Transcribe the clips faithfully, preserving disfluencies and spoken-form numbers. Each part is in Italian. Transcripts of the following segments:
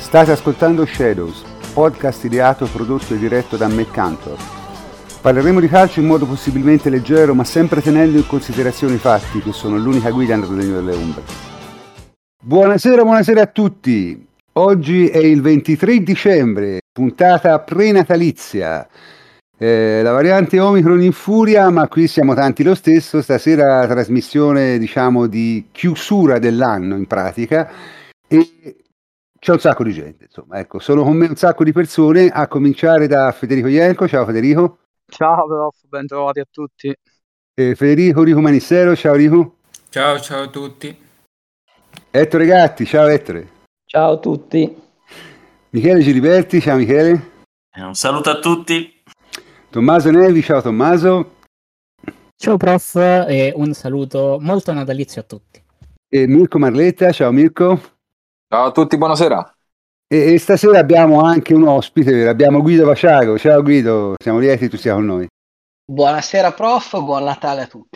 State ascoltando Shadows, podcast ideato, prodotto e diretto da Matt Cantor. Parleremo di calcio in modo possibilmente leggero, ma sempre tenendo in considerazione i fatti, che sono l'unica guida nel regno delle ombre. Buonasera, buonasera a tutti. Oggi è il ventitré dicembre, puntata prenatalizia. Eh, la variante Omicron in furia, ma qui siamo tanti lo stesso. Stasera trasmissione, diciamo, di chiusura dell'anno in pratica, e c'è un sacco di gente, insomma, ecco, sono con me un sacco di persone, a cominciare da Federico Ienco. Ciao Federico. Ciao prof, ben trovati a tutti. E Federico Rico Manissero. Ciao Rico. Ciao, ciao a tutti. Ettore Gatti. Ciao Ettore. Ciao a tutti. Michele Giliberti. Ciao Michele. Eh, un saluto a tutti. Tommaso Nevi. Ciao Tommaso. Ciao prof e un saluto molto natalizio a tutti. E Mirko Marletta. Ciao Mirko. Ciao a tutti, buonasera. E, e stasera abbiamo anche un ospite, abbiamo Guido Vaciago. Ciao Guido, siamo lieti che tu sia con noi. Buonasera prof, buon Natale a tutti.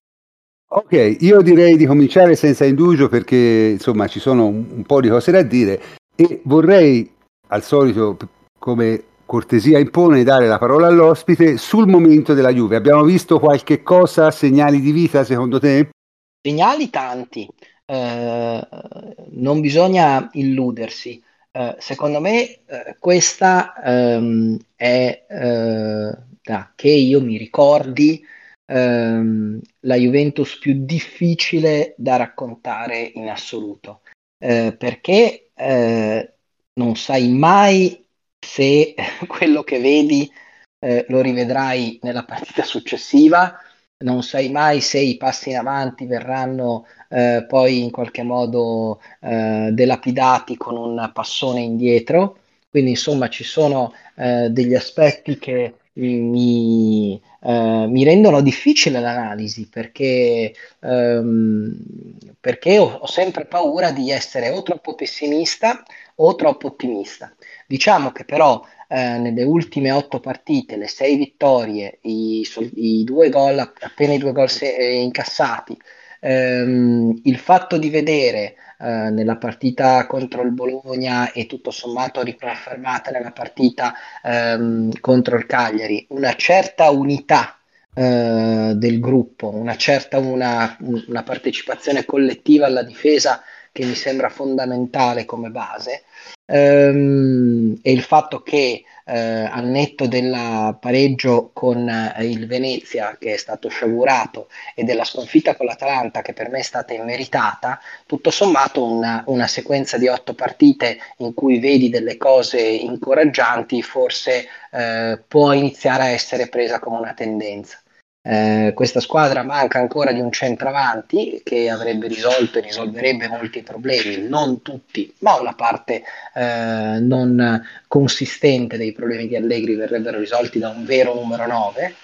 Ok, io direi di cominciare senza indugio, perché insomma ci sono un, un po' di cose da dire, e vorrei, al solito, come cortesia impone, dare la parola all'ospite sul momento della Juve. Abbiamo visto qualche cosa, segnali di vita secondo te? Segnali tanti, eh, non bisogna illudersi. Eh, secondo me eh, questa ehm, è, eh, da che io mi ricordi, ehm, la Juventus più difficile da raccontare in assoluto, eh, perché eh, non sai mai se quello che vedi eh, lo rivedrai nella partita successiva. Non sai mai se i passi in avanti verranno eh, poi in qualche modo eh, delapidati con un passone indietro. Quindi insomma ci sono eh, degli aspetti che mi, eh, mi rendono difficile l'analisi, perché, ehm, perché ho, ho sempre paura di essere o troppo pessimista o troppo ottimista. Diciamo che però eh, nelle ultime otto partite, le sei vittorie, i, i due gol, appena i due gol se- eh, incassati, ehm, il fatto di vedere eh, nella partita contro il Bologna e tutto sommato riconfermata nella partita ehm, contro il Cagliari, una certa unità eh, del gruppo, una certa una, una partecipazione collettiva alla difesa che mi sembra fondamentale come base. Ehm, e il fatto che eh, al netto del pareggio con eh, il Venezia, che è stato sciagurato, e della sconfitta con l'Atalanta, che per me è stata immeritata, tutto sommato una, una sequenza di otto partite in cui vedi delle cose incoraggianti forse eh, può iniziare a essere presa come una tendenza. Eh, questa squadra manca ancora di un centravanti che avrebbe risolto e risolverebbe molti problemi, non tutti, ma una parte eh, non consistente dei problemi di Allegri verrebbero risolti da un vero numero nove.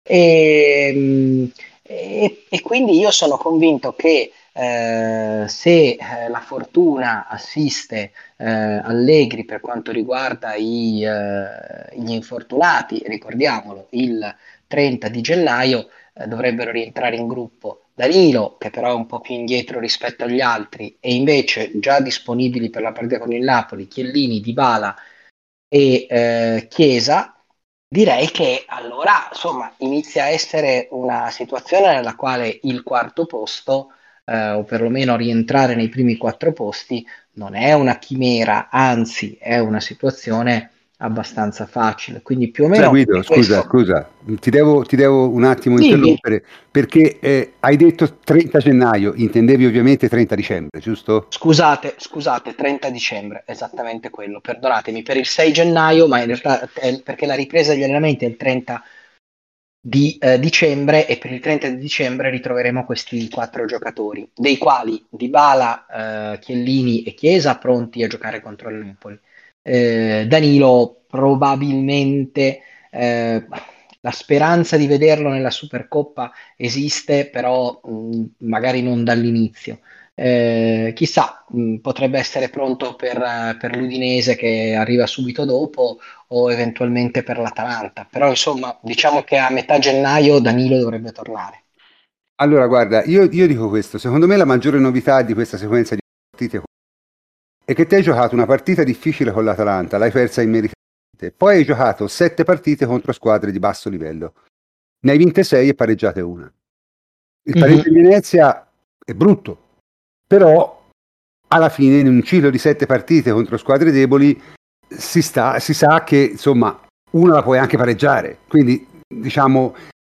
E, e, e quindi io sono convinto che eh, se eh, la fortuna assiste eh, Allegri per quanto riguarda i, eh, gli infortunati, ricordiamolo, il trenta di gennaio eh, dovrebbero rientrare in gruppo Danilo, che però è un po' più indietro rispetto agli altri, e invece già disponibili per la partita con il Napoli, Chiellini, Dybala e eh, Chiesa. Direi che allora insomma inizia a essere una situazione nella quale il quarto posto, eh, o perlomeno rientrare nei primi quattro posti, non è una chimera, anzi è una situazione abbastanza facile. Quindi più o meno Scusa Guido, scusa, scusa, ti devo, ti devo un attimo Dimmi. interrompere, perché eh, hai detto trenta gennaio, intendevi ovviamente trenta dicembre, giusto? Scusate, scusate, trenta dicembre, esattamente quello, perdonatemi per il sei gennaio, ma in realtà è perché la ripresa degli allenamenti è il trenta di eh, dicembre, e per il trenta di dicembre ritroveremo questi quattro giocatori, dei quali Dybala, eh, Chiellini e Chiesa pronti a giocare contro il Napoli. Eh, Danilo probabilmente, eh, la speranza di vederlo nella Supercoppa esiste, però mh, magari non dall'inizio. Eh, chissà, mh, potrebbe essere pronto per, eh, per l'Udinese che arriva subito dopo, o eventualmente per l'Atalanta, però insomma diciamo che a metà gennaio Danilo dovrebbe tornare. Allora guarda, io, io dico questo, secondo me la maggiore novità di questa sequenza di partite è che te hai giocato una partita difficile con l'Atalanta, l'hai persa immediatamente, poi hai giocato sette partite contro squadre di basso livello, ne hai vinte sei e pareggiate una. Il pareggio Mhm. di Venezia è brutto, però alla fine in un ciclo di sette partite contro squadre deboli si, sta, si sa che insomma una la puoi anche pareggiare, quindi diciamo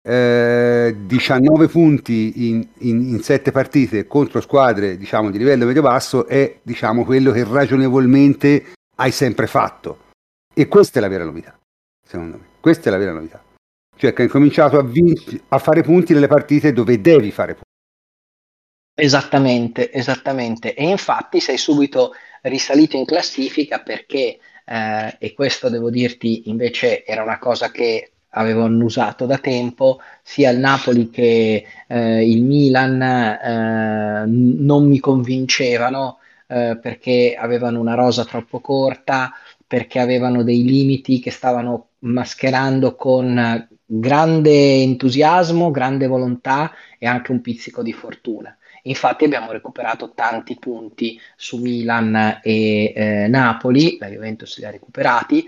eh, diciannove punti in, in, in sette partite contro squadre diciamo di livello medio-basso è diciamo quello che ragionevolmente hai sempre fatto, e questa è la vera novità, secondo me. Questa è la vera novità, cioè che hai cominciato a, vin- a fare punti nelle partite dove devi fare punti. Esattamente, esattamente. E infatti sei subito risalito in classifica perché, eh, e questo devo dirti invece era una cosa che avevo annusato da tempo, sia il Napoli che eh, il Milan eh, n- non mi convincevano eh, perché avevano una rosa troppo corta, perché avevano dei limiti che stavano mascherando con grande entusiasmo, grande volontà e anche un pizzico di fortuna. Infatti abbiamo recuperato tanti punti su Milan e eh, Napoli, la Juventus li ha recuperati.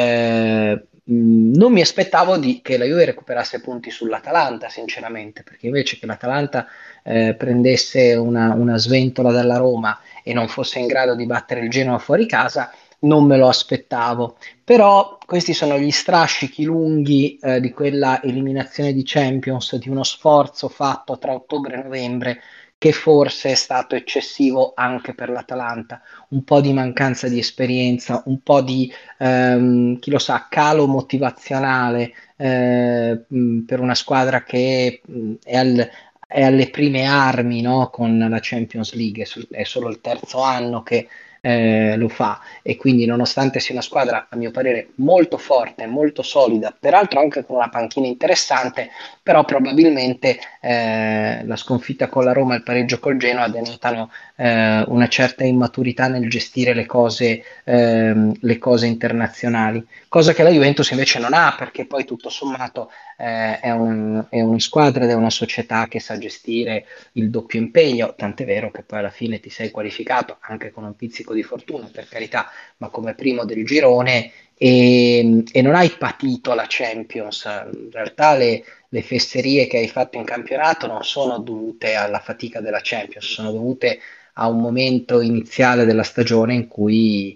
Eh, mh, non mi aspettavo di- che la Juve recuperasse punti sull'Atalanta, sinceramente, perché invece che l'Atalanta eh, prendesse una, una sventola dalla Roma e non fosse in grado di battere il Genoa fuori casa, non me lo aspettavo. Però questi sono gli strascichi lunghi eh, di quella eliminazione di Champions, di uno sforzo fatto tra ottobre e novembre che forse è stato eccessivo anche per l'Atalanta, un po' di mancanza di esperienza, un po' di, ehm, chi lo sa, calo motivazionale eh, mh, per una squadra che mh, è, al- è alle prime armi, no, con la Champions League, è, sul- è solo il terzo anno che eh, lo fa e quindi nonostante sia una squadra a mio parere molto forte, molto solida, peraltro anche con una panchina interessante, però probabilmente eh, la sconfitta con la Roma e il pareggio col Genoa denotano eh, una certa immaturità nel gestire le cose, ehm, le cose internazionali, cosa che la Juventus invece non ha, perché poi tutto sommato eh, è, un- è una squadra ed è una società che sa gestire il doppio impegno, tant'è vero che poi alla fine ti sei qualificato anche con un pizzico di fortuna, per carità, ma come primo del girone e, e non hai patito la Champions. In realtà le, le fesserie che hai fatto in campionato non sono dovute alla fatica della Champions, sono dovute a un momento iniziale della stagione in cui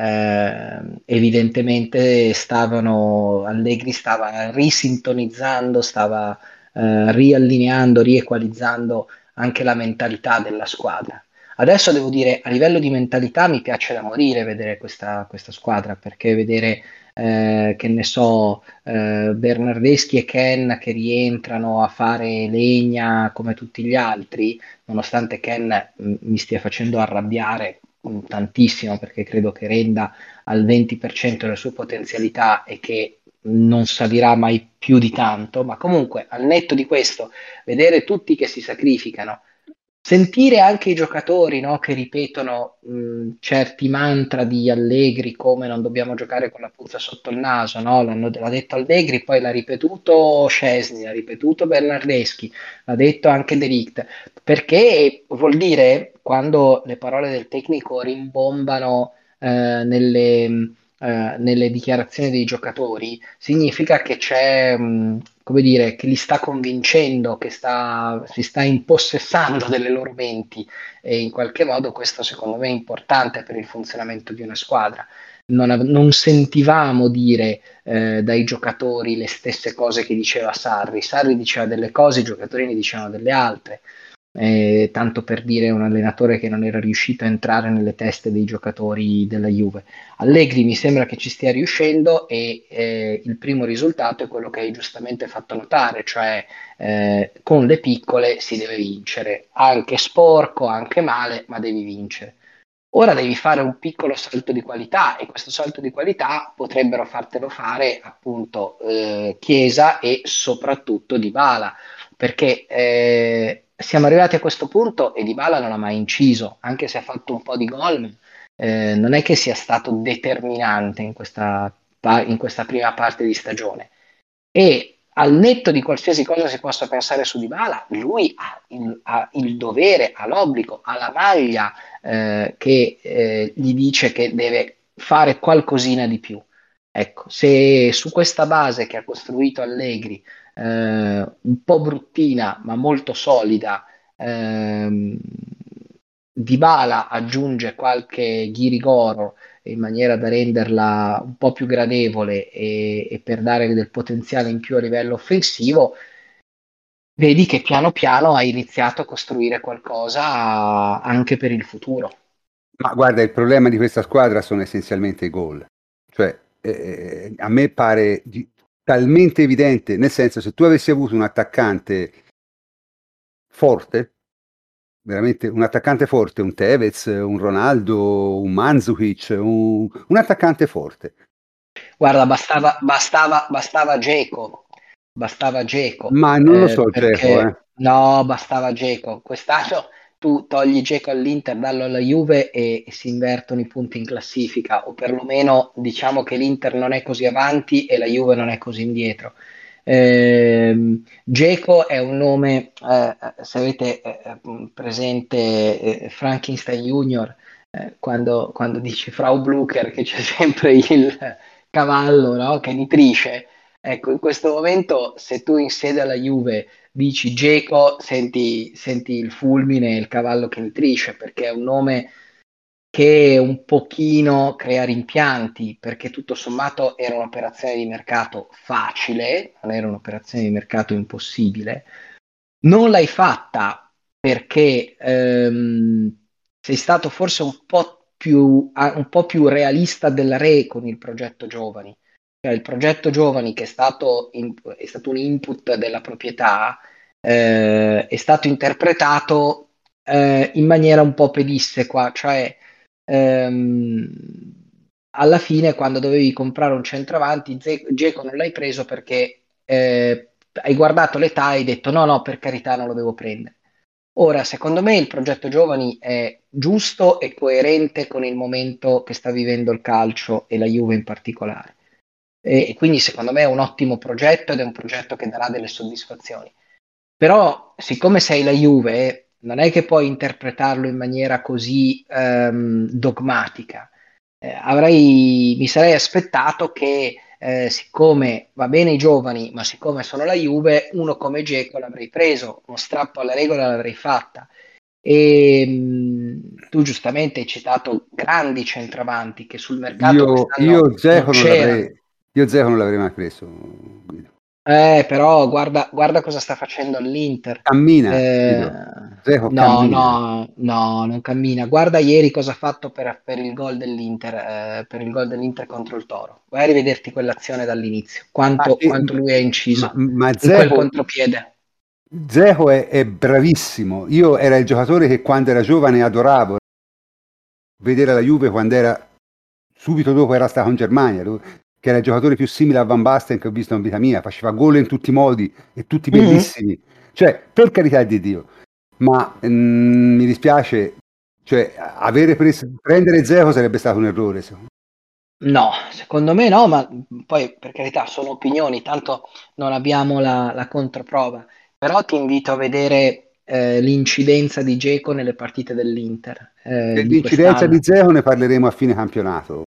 eh, evidentemente stavano, Allegri stava risintonizzando, stava eh, riallineando, riequalizzando anche la mentalità della squadra. Adesso devo dire, a livello di mentalità mi piace da morire vedere questa, questa squadra, perché vedere, eh, che ne so, eh, Bernardeschi e Ken che rientrano a fare legna come tutti gli altri, nonostante Ken mh, mi stia facendo arrabbiare mh, tantissimo, perché credo che renda al venti per cento delle sue potenzialità e che non salirà mai più di tanto, ma comunque al netto di questo, vedere tutti che si sacrificano, sentire anche i giocatori, no, che ripetono mh, certi mantra di Allegri come non dobbiamo giocare con la puzza sotto il naso, no? L'hanno- l'ha detto Allegri, poi l'ha ripetuto Szczesny, l'ha ripetuto Bernardeschi, l'ha detto anche De Ligt, perché vuol dire quando le parole del tecnico rimbombano eh, nelle, eh, nelle dichiarazioni dei giocatori, significa che c'è, mh, come dire, che li sta convincendo, che sta, si sta impossessando delle loro menti e in qualche modo questo secondo me è importante per il funzionamento di una squadra. Non, av- non sentivamo dire eh, dai giocatori le stesse cose che diceva Sarri. Sarri diceva delle cose, i giocatori ne dicevano delle altre. Eh, tanto per dire un allenatore che non era riuscito a entrare nelle teste dei giocatori della Juve. Allegri mi sembra che ci stia riuscendo e eh, il primo risultato è quello che hai giustamente fatto notare, cioè eh, con le piccole si deve vincere, anche sporco, anche male, ma devi vincere. Ora devi fare un piccolo salto di qualità e questo salto di qualità potrebbero fartelo fare appunto eh, Chiesa e soprattutto Dybala, perché eh, siamo arrivati a questo punto e Dybala non ha mai inciso, anche se ha fatto un po' di gol, eh, non è che sia stato determinante in questa, pa- in questa prima parte di stagione. E al netto di qualsiasi cosa si possa pensare su Dybala, lui ha il, ha il dovere, ha l'obbligo, ha la maglia eh, che eh, gli dice che deve fare qualcosina di più. Ecco, se su questa base che ha costruito Allegri, eh, un po' bruttina ma molto solida, ehm, Dybala aggiunge qualche ghirigoro in maniera da renderla un po' più gradevole e, e per dare del potenziale in più a livello offensivo, vedi che piano piano ha iniziato a costruire qualcosa anche per il futuro. Ma guarda, il problema di questa squadra sono essenzialmente i gol. Cioè, eh, a me pare di- talmente evidente, nel senso, se tu avessi avuto un attaccante forte, veramente un attaccante forte, un Tevez, un Ronaldo, un Mandzukic, un, un attaccante forte. Guarda, bastava, bastava, bastava Dzeko, bastava Dzeko, Ma non lo eh, so, Dzeko, eh. perché no, bastava Dzeko. Quest'anno tu togli Dzeko all'Inter, dallo alla Juve e, e si invertono i punti in classifica, o perlomeno diciamo che l'Inter non è così avanti e la Juve non è così indietro. Ehm, Dzeko è un nome, eh, se avete eh, presente eh, Frankenstein Junior, eh, quando, quando dice Frau Blucher che c'è sempre il cavallo, no? Che nitrisce. Ecco, in questo momento, se tu in sede alla Juve dici Dzeko, senti, senti il fulmine, il cavallo che nitrisce, perché è un nome che un pochino crea rimpianti, perché tutto sommato era un'operazione di mercato facile, non era un'operazione di mercato impossibile. Non l'hai fatta perché ehm, sei stato forse un po' più, ah, un po' più realista del re con il progetto giovani. Cioè, il progetto giovani, che è stato, in- è stato un input della proprietà, eh, è stato interpretato eh, in maniera un po' pedissequa, cioè ehm, alla fine quando dovevi comprare un centravanti, Ze- Dzeko non l'hai preso perché eh, hai guardato l'età e hai detto no, no, per carità non lo devo prendere. Ora, secondo me il progetto giovani è giusto e coerente con il momento che sta vivendo il calcio e la Juve in particolare. E, e quindi secondo me è un ottimo progetto ed è un progetto che darà delle soddisfazioni. Però, siccome sei la Juve, non è che puoi interpretarlo in maniera così ehm, dogmatica. Eh, avrei, mi sarei aspettato che, eh, siccome va bene i giovani, ma siccome sono la Juve, uno come Dzeko l'avrei preso, uno strappo alla regola l'avrei fatta. E mh, tu giustamente hai citato grandi centravanti che sul mercato Io, quest'anno io non Dzeko non c'erano. l'avrei, io Dzeko non l'avrei mai preso, Guido. Eh, però guarda, guarda cosa sta facendo all'Inter. Cammina, Eh, Guido. Dzeko no, cammina. no, no, non cammina. Guarda ieri cosa ha fatto per, per il gol dell'Inter, eh, per il gol dell'Inter contro il Toro. Vai a rivederti quell'azione dall'inizio. Ma, Quanto, che- quanto lui ha ma, inciso ma in quel Dzeko, contropiede. Dzeko è, è bravissimo. Io era il giocatore che quando era giovane adoravo vedere la Juve quando era subito dopo era stato in Germania, dove- che era il giocatore più simile a Van Basten che ho visto in vita mia, faceva gol in tutti i modi e tutti Mhm. bellissimi. Cioè, per carità di Dio, ma mm, mi dispiace, cioè, avere preso, prendere Dzeko sarebbe stato un errore, secondo No, secondo me no, ma poi per carità sono opinioni, tanto non abbiamo la, la controprova. Però ti invito a vedere eh, l'incidenza di Dzeko nelle partite dell'Inter me. eh, di Dell'incidenza di quest'anno. Dzeko ne parleremo a fine campionato.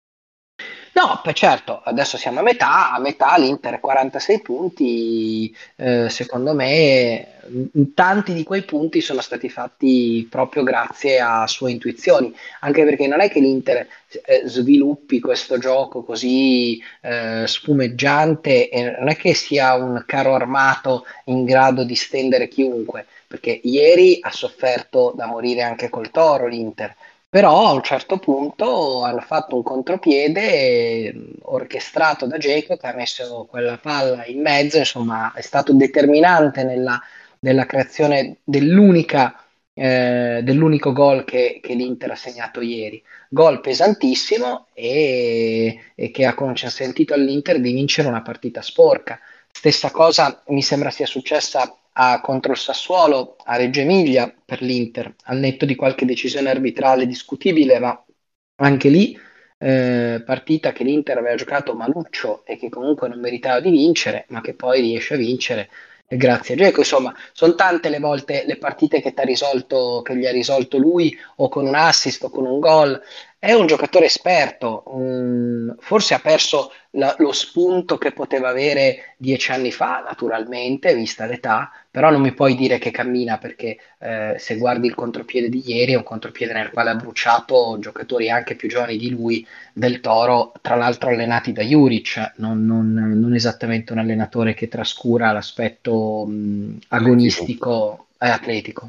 No, poi certo, adesso siamo a metà, a metà l'Inter quarantasei punti, eh, secondo me m- tanti di quei punti sono stati fatti proprio grazie a sue intuizioni, anche perché non è che l'Inter eh, sviluppi questo gioco così eh, spumeggiante e non è che sia un carro armato in grado di stendere chiunque, perché ieri ha sofferto da morire anche col Toro l'Inter. Però a un certo punto hanno fatto un contropiede eh, orchestrato da Dzeko che ha messo quella palla in mezzo, insomma è stato determinante nella, nella creazione dell'unica, eh, dell'unico gol che, che l'Inter ha segnato ieri. Gol pesantissimo e, e che ha consentito all'Inter di vincere una partita sporca. Stessa cosa mi sembra sia successa a- contro il Sassuolo a Reggio Emilia per l'Inter, al netto di qualche decisione arbitrale discutibile, ma anche lì eh, partita che l'Inter aveva giocato maluccio e che comunque non meritava di vincere, ma che poi riesce a vincere e grazie a Dzeko. Insomma, sono tante le volte le partite che t'ha risolto, che gli ha risolto lui, o con un assist o con un gol. È un giocatore esperto, mm, forse ha perso la- lo spunto che poteva avere dieci anni fa, naturalmente, vista l'età, però non mi puoi dire che cammina perché eh, se guardi il contropiede di ieri è un contropiede nel quale ha bruciato giocatori anche più giovani di lui, del Toro, tra l'altro allenati da Juric, non, non- non esattamente un allenatore che trascura l'aspetto mh, Atletico. agonistico e atletico.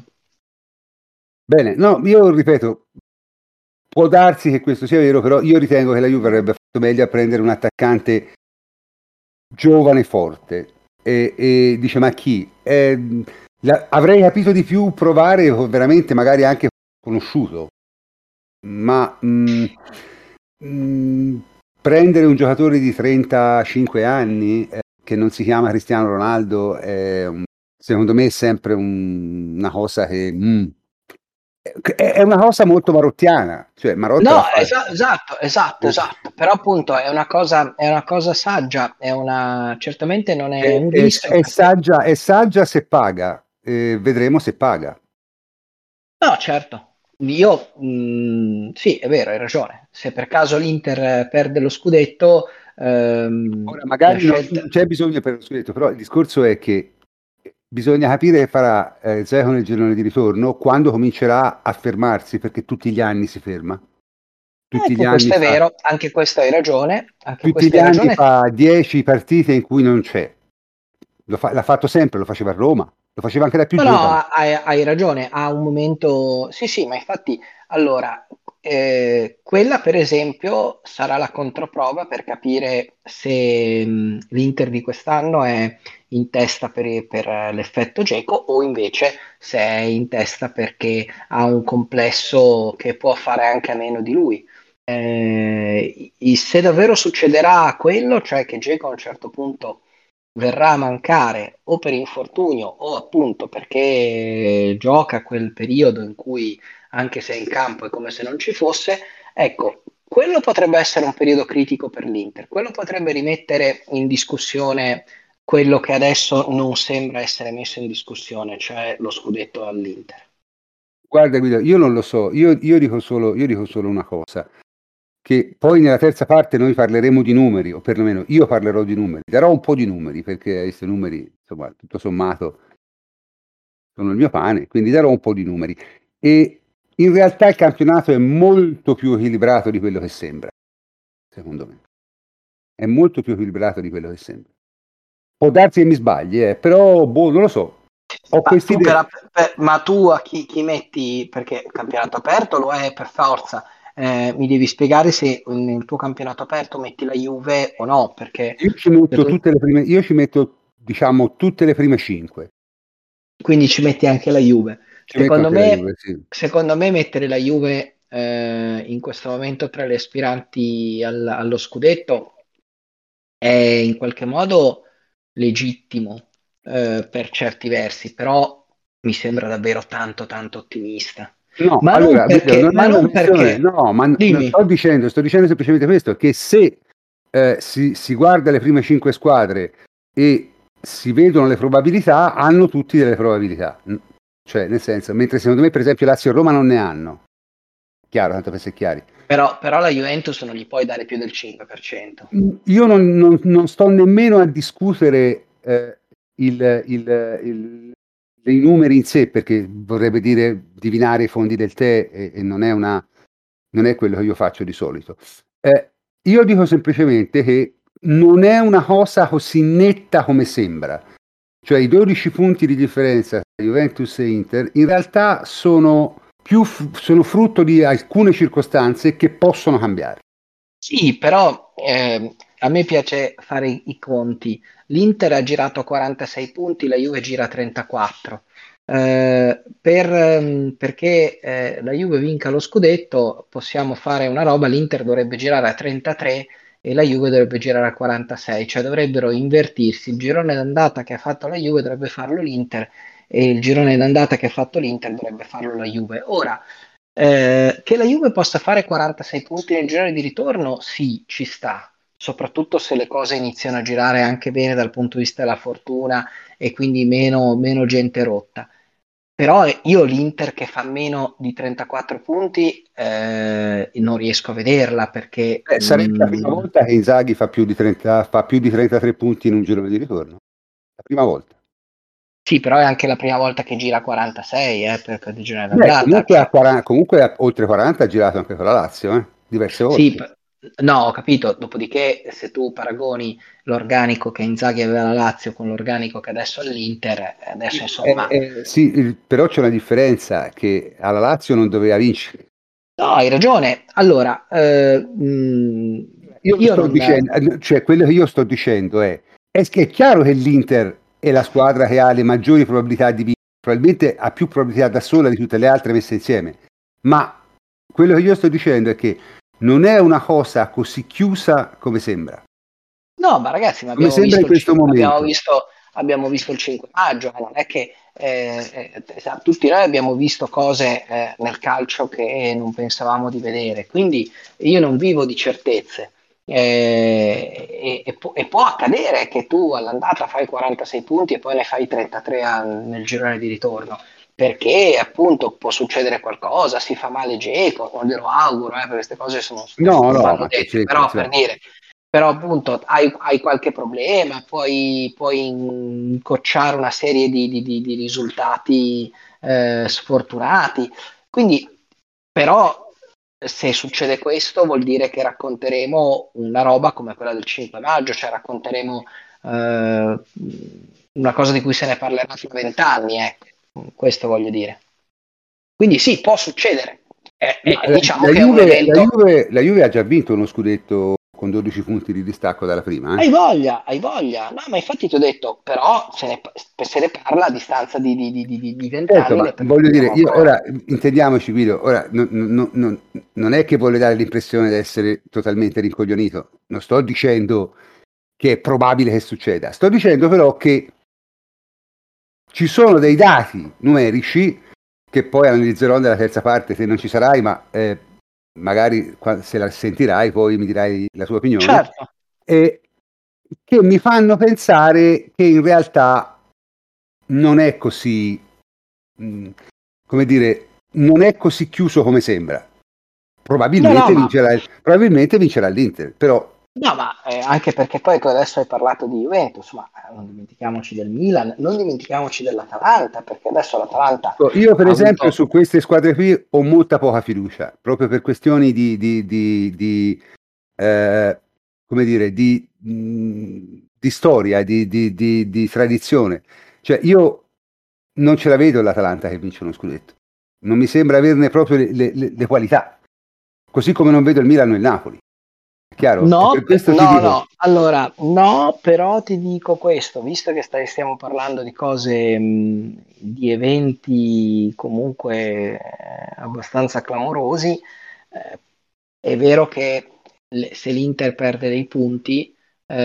Bene, no, io ripeto, può darsi che questo sia vero, però io ritengo che la Juve avrebbe fatto meglio a prendere un attaccante giovane e forte. E, e dice, ma chi? Eh, la- avrei capito di più provare veramente magari anche conosciuto, ma mh, mh, prendere un giocatore di trentacinque anni eh, che non si chiama Cristiano Ronaldo è un- secondo me è sempre un- una cosa che mh, è, è una cosa molto marottiana, cioè Marotta No, l'ha fatto. esa- esatto, esatto, Eh, esatto, però appunto è una cosa, è una cosa saggia, è una, certamente non è È, un è- rischio è perché, saggia, è saggia se paga, eh, vedremo se paga. no, certo, io, mh, sì, è vero, hai ragione, se per caso l'Inter perde lo scudetto, ehm, Ora, la magari non, scelta. non c'è bisogno per lo scudetto, però il discorso è che bisogna capire che farà eh, Dzeko nel girone di ritorno quando comincerà a fermarsi, perché tutti gli anni si ferma. Tutti gli Anche anni questo è fa, vero, anche questo hai ragione, anche tutti questo gli hai anni ragione. fa dieci partite in cui non c'è. Lo fa- l'ha fatto sempre, lo faceva a Roma, lo faceva anche da più No, no, giovane. hai, hai ragione, ha un momento. Sì, sì, ma infatti, allora, eh, quella per esempio sarà la controprova per capire se mh, l'Inter di quest'anno è in testa per, per l'effetto Dzeko o invece se è in testa perché ha un complesso che può fare anche a meno di lui. Eh, i- se davvero succederà quello, cioè che Dzeko a un certo punto verrà a mancare o per infortunio o appunto perché gioca quel periodo in cui anche se è in campo è come se non ci fosse, ecco, quello potrebbe essere un periodo critico per l'Inter, quello potrebbe rimettere in discussione quello che adesso non sembra essere messo in discussione, cioè lo scudetto all'Inter. Guarda Guido, io non lo so, io, io dico solo, io dico solo una cosa, che poi nella terza parte noi parleremo di numeri, o perlomeno io parlerò di numeri, darò un po' di numeri, perché questi numeri, insomma, tutto sommato, sono il mio pane, quindi darò un po' di numeri. E in realtà il campionato è molto più equilibrato di quello che sembra, secondo me. È molto più equilibrato di quello che sembra. Può darsi che mi sbagli, eh, però boh, non lo so. Ho Ma tu, quest'idea. per, per- ma tu a chi, chi metti, perché il campionato aperto lo è per forza, eh, mi devi spiegare se nel tuo campionato aperto metti la Juve o no, perché Io ci metto secondo- tutte le prime, io ci metto, diciamo, tutte le prime cinque. quindi ci metti anche la Juve. Ci metto Secondo anche la me, Juve, sì. secondo me mettere la Juve eh, in questo momento tra le aspiranti al- allo scudetto è in qualche modo legittimo eh, per certi versi, però mi sembra davvero tanto tanto ottimista. No, Ma non allora, Guido, perché, non è ma una non questione, perché, no, ma non dimmi, sto dicendo, sto dicendo semplicemente questo, che se eh, si, si guarda le prime cinque squadre e si vedono le probabilità, hanno tutti delle probabilità. Mm. Cioè, nel senso, mentre secondo me, per esempio, Lazio e Roma non ne hanno. Chiaro, tanto per essere chiari. però, però la Juventus non gli puoi dare più del cinque per cento. Mm, Io non, non- non sto nemmeno a discutere eh, il, il- il- i numeri in sé, perché vorrebbe dire divinare i fondi del tè e, e non è una, non è quello che io faccio di solito. Eh, io dico semplicemente che non è una cosa così netta come sembra. Cioè i dodici punti di differenza tra Juventus e Inter in realtà sono, più, sono frutto di alcune circostanze che possono cambiare. Sì, però ehm, a me piace fare i, i conti. L'Inter ha girato quarantasei punti, la Juve gira trentaquattro. Eh, per, ehm, perché eh, la Juve vinca lo scudetto, possiamo fare una roba, l'Inter dovrebbe girare a trentatré e la Juve dovrebbe girare a quarantasei, cioè dovrebbero invertirsi. Il girone d'andata che ha fatto la Juve dovrebbe farlo l'Inter e il girone d'andata che ha fatto l'Inter dovrebbe farlo la Juve. Ora, Eh, che la Juve possa fare quarantasei punti nel girone di ritorno, sì, ci sta, soprattutto se le cose iniziano a girare anche bene dal punto di vista della fortuna e quindi meno, meno gente rotta. Però io l'Inter che fa meno di trentaquattro punti eh, non riesco a vederla perché Eh, sarebbe la prima mh, volta che Inzaghi fa più di trenta, fa più di trentatré punti in un girone di ritorno. La prima volta. sì, però è anche la prima volta che gira quarantasei eh, per, per il girone Beh, d'andata. comunque, a quaranta, comunque a oltre quaranta ha girato anche con la Lazio, eh? Diverse Sì, volte. p- no, ho capito. Dopodiché, se tu paragoni l'organico che Inzaghi aveva alla Lazio con l'organico che adesso ha all'Inter, eh, adesso insomma, Eh, eh, sì, il- però c'è una differenza che alla Lazio non doveva vincere. no, hai ragione. Allora, eh, mh, Io io sto non. dicendo, eh, cioè quello che io sto dicendo è, è che è chiaro che l'Inter è la squadra che ha le maggiori probabilità di vincere, probabilmente ha più probabilità da sola di tutte le altre messe insieme, ma quello che io sto dicendo è che non è una cosa così chiusa come sembra, No, ma ragazzi, ma come abbiamo sembra visto in il, questo cin- abbiamo momento. visto, abbiamo visto il cinque maggio, eh, non è che eh, eh, sa- tutti noi abbiamo visto cose eh, nel calcio che non pensavamo di vedere, quindi io non vivo di certezze. Eh, e, e pu- e può accadere che tu all'andata fai quarantasei punti e poi ne fai trentatré al- nel girone di ritorno, perché appunto può succedere qualcosa, si fa male Dzeko, non glielo auguro, eh, perché queste cose sono, sono- No, non no, vanno ma che dette, c'è, però cioè, per dire, però appunto hai, hai qualche problema, puoi, puoi incocciare una serie di, di- di- di risultati eh, sfortunati. Quindi, però, se succede questo, vuol dire che racconteremo una roba come quella del cinque maggio, cioè racconteremo eh, una cosa di cui se ne parlerà fra vent'anni, ecco. Questo voglio dire. Quindi sì, può succedere. E, ma e la, diciamo la che è un Juve, la, evento. Juve, la Juve ha già vinto uno scudetto con dodici punti di distacco dalla prima, eh? Hai voglia, hai voglia. No, ma infatti ti ho detto, però se ne, se ne parla a distanza di, di, di, di, di Certo, vent'anni, ma ne voglio dire, parliamo io ancora. ora intendiamoci, Guido, ora non, non- non- non è che voglio dare l'impressione di essere totalmente rincoglionito, non sto dicendo che è probabile che succeda, sto dicendo però che ci sono dei dati numerici che poi analizzerò nella terza parte se non ci sarai, ma eh, magari qua- se la sentirai poi mi dirai la tua opinione, Certo. e che mi fanno pensare che in realtà non è così, mh, come dire, non è così chiuso come sembra. No, no, Probabilmente ma vincerà, probabilmente vincerà l'Inter, però No, ma eh, anche perché poi tu adesso hai parlato di Juventus, ma eh, non dimentichiamoci del Milan, non dimentichiamoci dell'Atalanta, perché adesso l'Atalanta ecco, io per ha esempio avuto. su queste squadre qui ho molta poca fiducia, proprio per questioni di, di, di, di, eh, come dire, di, mh, di storia, di, di, di, di tradizione. Cioè io non ce la vedo l'Atalanta che vince uno scudetto, non mi sembra averne proprio le, le- le- le qualità, così come non vedo il Milano e il Napoli, è chiaro? E No, per pe- questo ti no, dico, no, allora no, però ti dico questo, visto che stai- stiamo parlando di cose, mh, di eventi comunque eh, abbastanza clamorosi, eh, è vero che le- se l'Inter perde dei punti,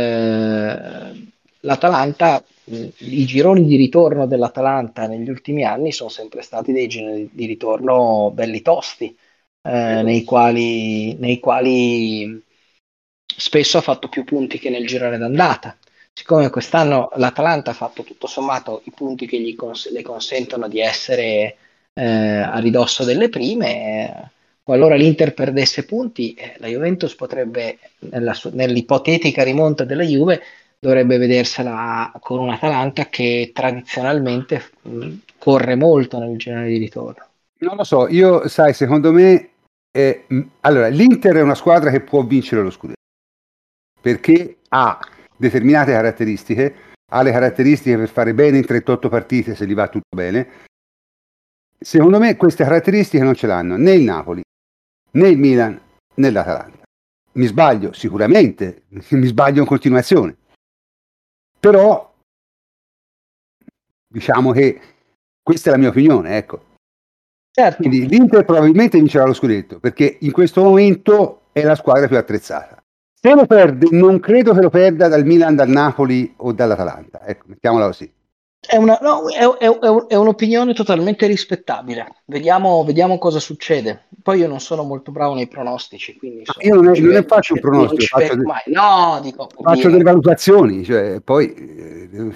eh, l'Atalanta, mh, i gironi di ritorno dell'Atalanta negli ultimi anni sono sempre stati dei gironi di ritorno belli tosti, eh, nei quali, nei quali spesso ha fatto più punti che nel girone d'andata. Siccome quest'anno l'Atalanta ha fatto tutto sommato i punti che gli cons- le consentono di essere eh, a ridosso delle prime, eh, qualora l'Inter perdesse punti, eh, la Juventus potrebbe, nella su- nell'ipotetica rimonta della Juve, dovrebbe vedersela con un Atalanta che tradizionalmente mh, corre molto nel girone di ritorno. non lo so, io sai, secondo me, eh, mh, allora l'Inter è una squadra che può vincere lo scudetto, perché ha determinate caratteristiche, ha le caratteristiche per fare bene in trentotto partite se gli va tutto bene. Secondo me queste caratteristiche non ce l'hanno né il Napoli, né il Milan, né l'Atalanta. Mi sbaglio sicuramente, mi sbaglio in continuazione, però diciamo che questa è la mia opinione, ecco. Certo. Quindi l'Inter probabilmente vincerà lo scudetto perché in questo momento è la squadra più attrezzata. Se lo perde, non credo che lo perda dal Milan, dal Napoli o dall'Atalanta. Ecco, mettiamola così. È, una, no, è, è- è- è un'opinione totalmente rispettabile. Vediamo, vediamo cosa succede. Poi io non sono molto bravo nei pronostici, quindi Ma insomma io non non, è- ci non ne ve- non faccio un ci- non pronostico, ci faccio, becco de- mai. No, dico per faccio delle dire. valutazioni, cioè, poi eh,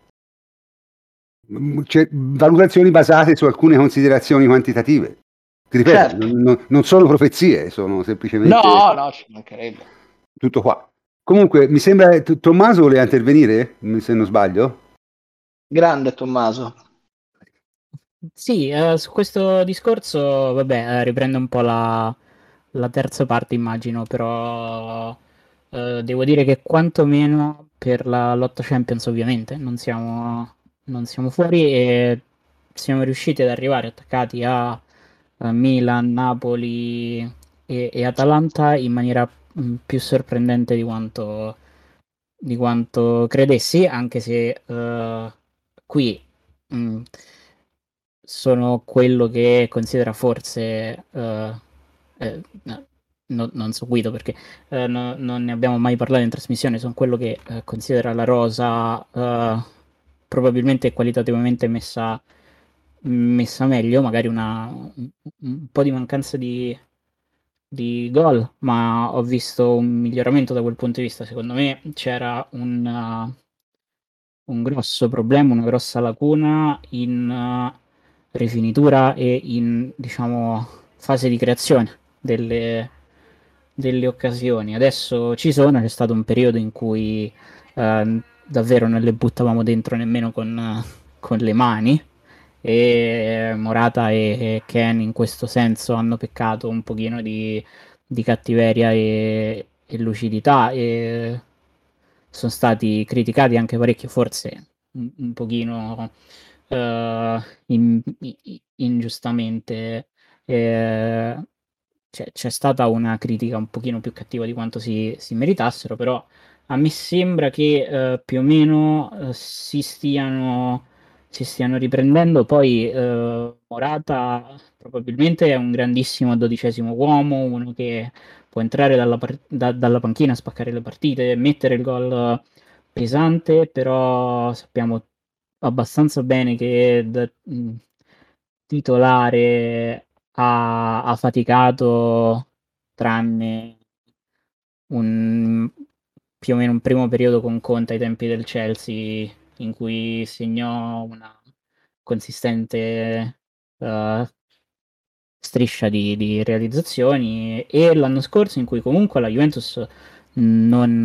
mm, c'è- valutazioni basate su alcune considerazioni quantitative. Ti ripeto, Certo. non, non- non sono profezie, sono semplicemente No, no, ci mancherebbe. tutto qua. Comunque, mi sembra T- Tommaso voleva intervenire, se non sbaglio. Grande Tommaso. Sì, eh, su questo discorso, vabbè, eh, riprende un po' la, la terza parte, immagino, però eh, devo dire che quantomeno per la lotta Champions, ovviamente, non siamo, non siamo fuori e siamo riusciti ad arrivare attaccati a, a Milan, Napoli e, e Atalanta in maniera mh, più sorprendente di quanto, di quanto credessi, anche se eh, qui mh, sono quello che considera forse eh, eh, no, no- non so Guido perché eh, no- non ne abbiamo mai parlato in trasmissione, sono quello che eh, considera la rosa eh, probabilmente qualitativamente messa, messa meglio, magari una, un, un po' di mancanza di, di gol, ma ho visto un miglioramento da quel punto di vista. Secondo me c'era un, uh, un grosso problema, una grossa lacuna in uh, rifinitura e in, diciamo, fase di creazione delle, delle occasioni. Adesso ci sono, c'è stato un periodo in cui uh, davvero non le buttavamo dentro nemmeno con, uh, con le mani e Morata e, e Ken in questo senso hanno peccato un pochino di, di cattiveria e, e lucidità e sono stati criticati anche parecchio, forse un, un pochino uh, in, in, ingiustamente. Eh, c'è, c'è stata una critica un pochino più cattiva di quanto si, si meritassero, però a me sembra che eh, più o meno eh, si stiano si stiano riprendendo. Poi eh, Morata probabilmente è un grandissimo dodicesimo uomo, uno che può entrare dalla, par- da- dalla panchina, spaccare le partite, mettere il gol pesante, però sappiamo abbastanza bene che da mh, titolare ha, ha faticato tranne un, più o meno un primo periodo con Conte ai tempi del Chelsea in cui segnò una consistente uh, striscia di, di realizzazioni e l'anno scorso in cui comunque la Juventus non,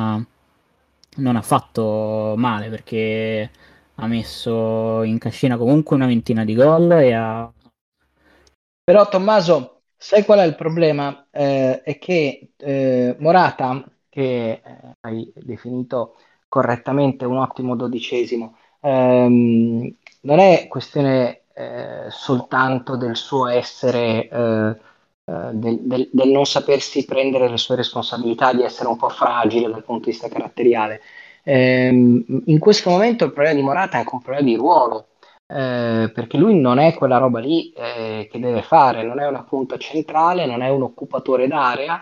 uh, non ha fatto male perché ha messo in cascina comunque una ventina di gol e ha... Però Tommaso, sai qual è il problema? Eh, è che eh, Morata, che eh, hai definito correttamente un ottimo dodicesimo, ehm, non è questione eh, soltanto del suo essere, eh, eh, del, del- del non sapersi prendere le sue responsabilità, di essere un po' fragile dal punto di vista caratteriale. Ehm, in questo momento il problema di Morata è anche un problema di ruolo, eh, perché lui non è quella roba lì eh, che deve fare, non è una punta centrale, non è un occupatore d'area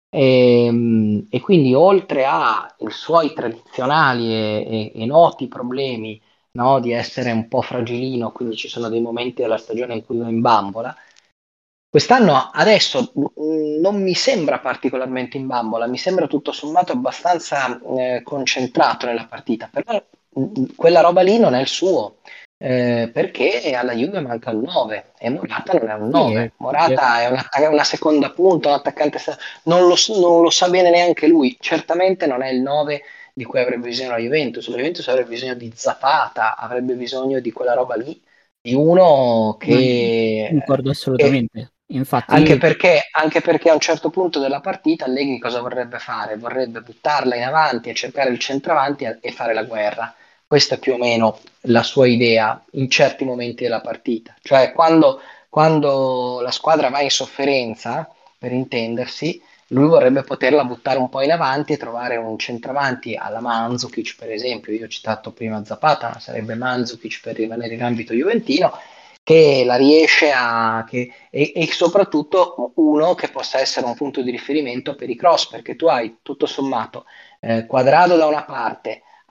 e, e quindi oltre ai suoi tradizionali e, e- e noti problemi, no, di essere un po' fragilino, quindi ci sono dei momenti della stagione in cui va in bambola. Quest'anno adesso mh, non mi sembra particolarmente in bambola, mi sembra tutto sommato abbastanza eh, concentrato nella partita, però mh, quella roba lì non è il suo, eh, perché alla Juve manca il nove e Morata non è un Sì, è- nove. è- Morata è una, è una seconda punta, un attaccante, sta- non lo, s- non lo sa bene neanche lui, certamente non è il nove di cui avrebbe bisogno la Juventus, la Juventus avrebbe bisogno di Zapata, avrebbe bisogno di quella roba lì, di uno ma che, concordo che assolutamente. anche Infatti, perché, anche perché a un certo punto della partita Allegri cosa vorrebbe fare? Vorrebbe buttarla in avanti e cercare il centravanti e e fare la guerra. Questa è più o meno la sua idea in certi momenti della partita. Cioè quando, quando la squadra va in sofferenza, per intendersi, lui vorrebbe poterla buttare un po' in avanti e trovare un centravanti alla Mandzukic, per esempio. Io ho citato prima Zapata, ma sarebbe Mandzukic per rimanere in ambito juventino, che la riesce a... Che, e, e soprattutto uno che possa essere un punto di riferimento per i cross, perché tu hai tutto sommato eh, Quadrado da una parte,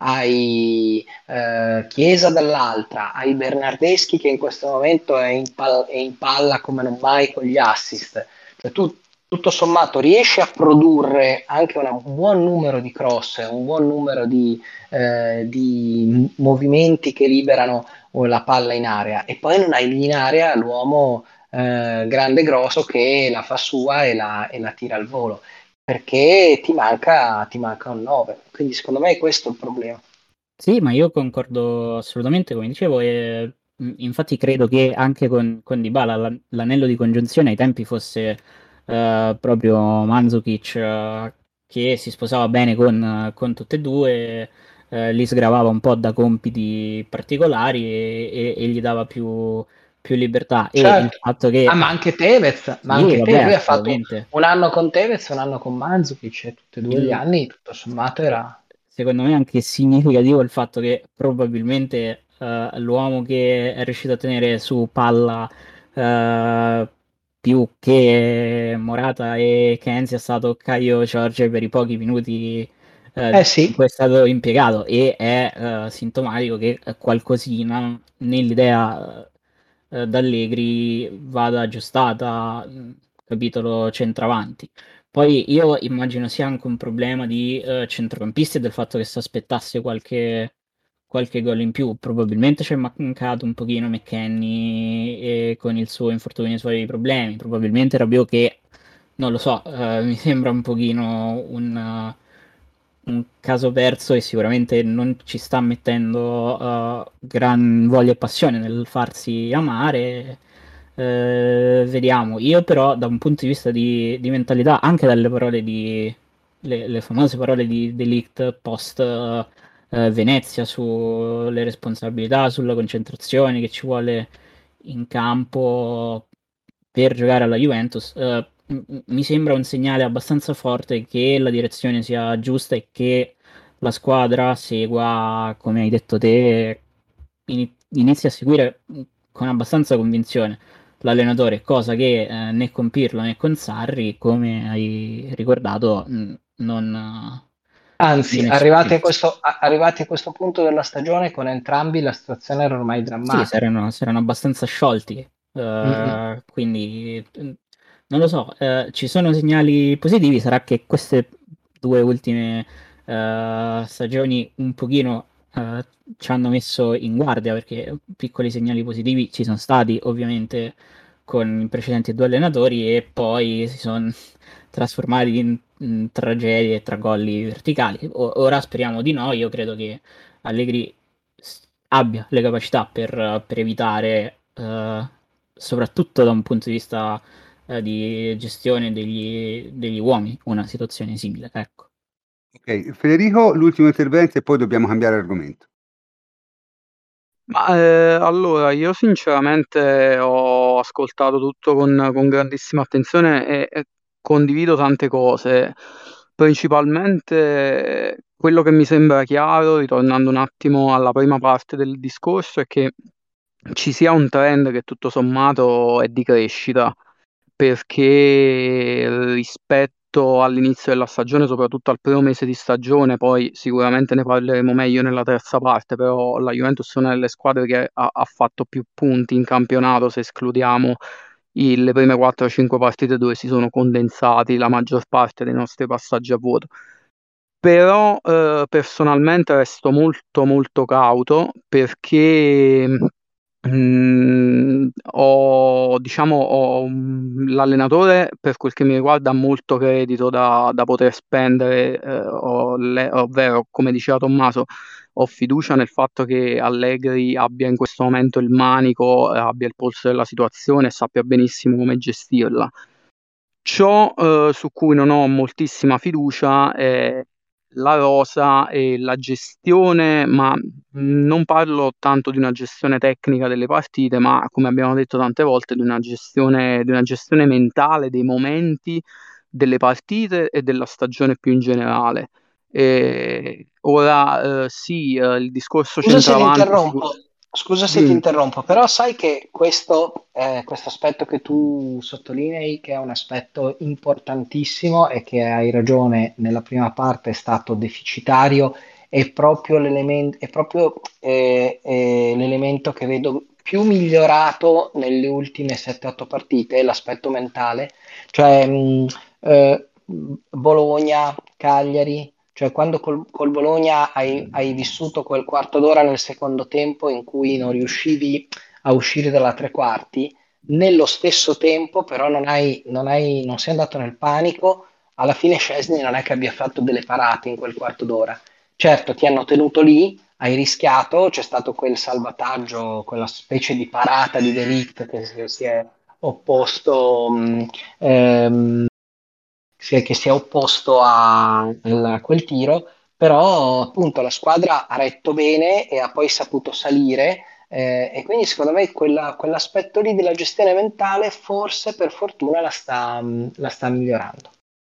hai eh, Chiesa dall'altra, hai Bernardeschi che in questo momento è in, pal- è in palla come non mai con gli assist. Cioè, tu tutto sommato riesci a produrre anche una- un buon numero di cross, un buon numero di, eh, di movimenti che liberano oh, la palla in area, e poi non hai lì in area l'uomo eh, grande e grosso che la fa sua e la, e la tira al volo, perché ti manca, ti manca un nove. Quindi secondo me è questo il problema. Sì, ma io concordo assolutamente, come dicevo, e mh, infatti credo che anche con, con Dybala la- l'anello di congiunzione ai tempi fosse eh, proprio Mandzukic, eh, che si sposava bene con, con tutte e due, eh, li sgravava un po' da compiti particolari e, e- e gli dava più, più libertà. E il Certo. fatto che, Ah, ma anche Tevez, ma sì, anche vabbè, Tevez, lui ha fatto assolutamente. un anno con Tevez, un anno con Mandzukic, e tutti e due gli Il- anni, tutto sommato, eh, era... Secondo me è anche significativo il fatto che probabilmente eh, l'uomo che è riuscito a tenere su palla eh, più che Morata e Kenzie è stato Caio Giorgio per i pochi minuti eh, Eh in cui sì, è stato impiegato, e è eh, sintomatico che qualcosina nell'idea eh, d'Allegri vada aggiustata, mh, capitolo centravanti. Poi io immagino sia anche un problema di eh, centrocampisti e del fatto che si aspettasse qualche, qualche gol in più. Probabilmente c'è mancato un pochino McKennie e con il suo infortunio e i suoi problemi. Probabilmente Rabiot che, non lo so, eh, mi sembra un pochino un, uh, un caso perso e sicuramente non ci sta mettendo uh, gran voglia e passione nel farsi amare. Eh, vediamo, io però da un punto di vista di, di mentalità, anche dalle parole di, le, le famose parole di De Ligt post eh, eh, Venezia sulle responsabilità, sulla concentrazione che ci vuole in campo per giocare alla Juventus, eh, m- m- mi sembra un segnale abbastanza forte che la direzione sia giusta e che la squadra segua, come hai detto te, ini- inizi a seguire mh, con abbastanza convinzione l'allenatore, cosa che eh, né con Pirlo né con Sarri, come hai ricordato, mh, non, eh, anzi, non è arrivati a successo. questo, a- arrivati a questo punto della stagione, con entrambi la situazione era ormai Sì, si drammatica. erano, si erano abbastanza sciolti, Mm-mm. eh, quindi eh, non lo so, eh, ci sono segnali positivi, sarà che queste due ultime eh, stagioni un pochino eh, ci hanno messo in guardia, perché piccoli segnali positivi ci sono stati ovviamente con i precedenti due allenatori e poi si sono trasformati in, in tragedie tra golli verticali. O- ora speriamo di no, io credo che Allegri s- abbia le capacità per, per evitare, eh, soprattutto da un punto di vista eh, di gestione degli, degli uomini, una situazione simile. Ecco. Ok, Federico, l'ultimo intervento e poi dobbiamo cambiare argomento. Ma eh, allora, io sinceramente ho ascoltato tutto con, con grandissima attenzione e, e condivido tante cose. Principalmente eh, quello che mi sembra chiaro, ritornando un attimo alla prima parte del discorso, è che ci sia un trend che tutto sommato è di crescita, perché rispetto all'inizio della stagione, soprattutto al primo mese di stagione, poi sicuramente ne parleremo meglio nella terza parte, però la Juventus è una delle squadre che ha, ha fatto più punti in campionato, se escludiamo i- le prime quattro cinque partite dove si sono condensati la maggior parte dei nostri passaggi a vuoto. Però eh, personalmente resto molto molto cauto, perché mm, ho, diciamo, ho, mm, l'allenatore, per quel che mi riguarda, ha molto credito da, da poter spendere, eh, ho le- ovvero, come diceva Tommaso, ho fiducia nel fatto che Allegri abbia in questo momento il manico, eh, abbia il polso della situazione e sappia benissimo come gestirla. Ciò eh, su cui non ho moltissima fiducia è la rosa e la gestione, ma non parlo tanto di una gestione tecnica delle partite, ma come abbiamo detto tante volte, di una gestione, di una gestione mentale dei momenti, delle partite e della stagione più in generale. E ora eh, sì, eh, il discorso Scusa se ti centravanti interrompo, sicur- scusa se ti Dimmi. interrompo, però sai che questo, eh, questo aspetto che tu sottolinei, che è un aspetto importantissimo e che hai ragione, nella prima parte è stato deficitario è proprio l'elemento, è proprio eh, eh, l'elemento che vedo più migliorato nelle ultime sette otto partite, è l'aspetto mentale, cioè mh, eh, Bologna, Cagliari, cioè quando col, col Bologna hai, hai vissuto quel quarto d'ora nel secondo tempo in cui non riuscivi a uscire dalla tre quarti, nello stesso tempo però non hai, non hai, non sei andato nel panico, alla fine Szczesny non è che abbia fatto delle parate in quel quarto d'ora. Certo, ti hanno tenuto lì, hai rischiato, c'è stato quel salvataggio, quella specie di parata di De Ligt che si, si è opposto, mh, ehm, si è- che si è opposto a, a quel tiro, però appunto la squadra ha retto bene e ha poi saputo salire, eh, e quindi secondo me quella- quell'aspetto lì della gestione mentale forse per fortuna la sta, la sta migliorando.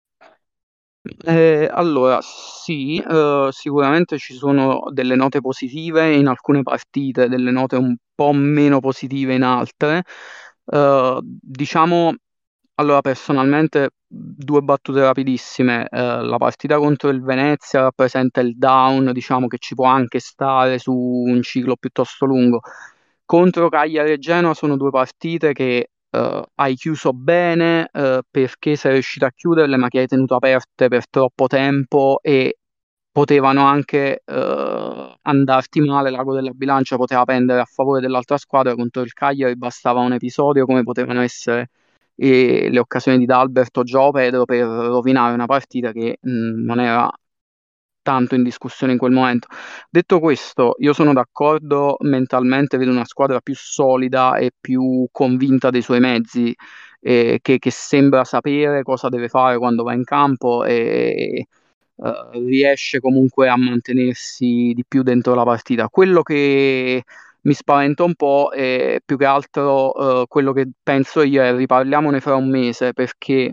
Eh, allora, sì, eh, sicuramente ci sono delle note positive in alcune partite, delle note un po' meno positive in altre. Eh, diciamo, allora, personalmente, due battute rapidissime. Eh, la partita contro il Venezia rappresenta il down, diciamo che ci può anche stare su un ciclo piuttosto lungo. Contro Cagliari e Genoa sono due partite che eh, hai chiuso bene eh, perché sei riuscito a chiuderle, ma che hai tenuto aperte per troppo tempo e potevano anche eh, andarti male. L'ago della bilancia poteva pendere a favore dell'altra squadra. Contro il Cagliari bastava un episodio, come potevano essere eh, le occasioni di D'Albert o João Pedro, per rovinare una partita che mh, non era tanto in discussione in quel momento. Detto questo, io sono d'accordo, mentalmente vedo una squadra più solida e più convinta dei suoi mezzi, eh, che, che sembra sapere cosa deve fare quando va in campo e eh, riesce comunque a mantenersi di più dentro la partita. Quello che mi spaventa un po' è più che altro eh, quello che penso io è riparliamone fra un mese, perché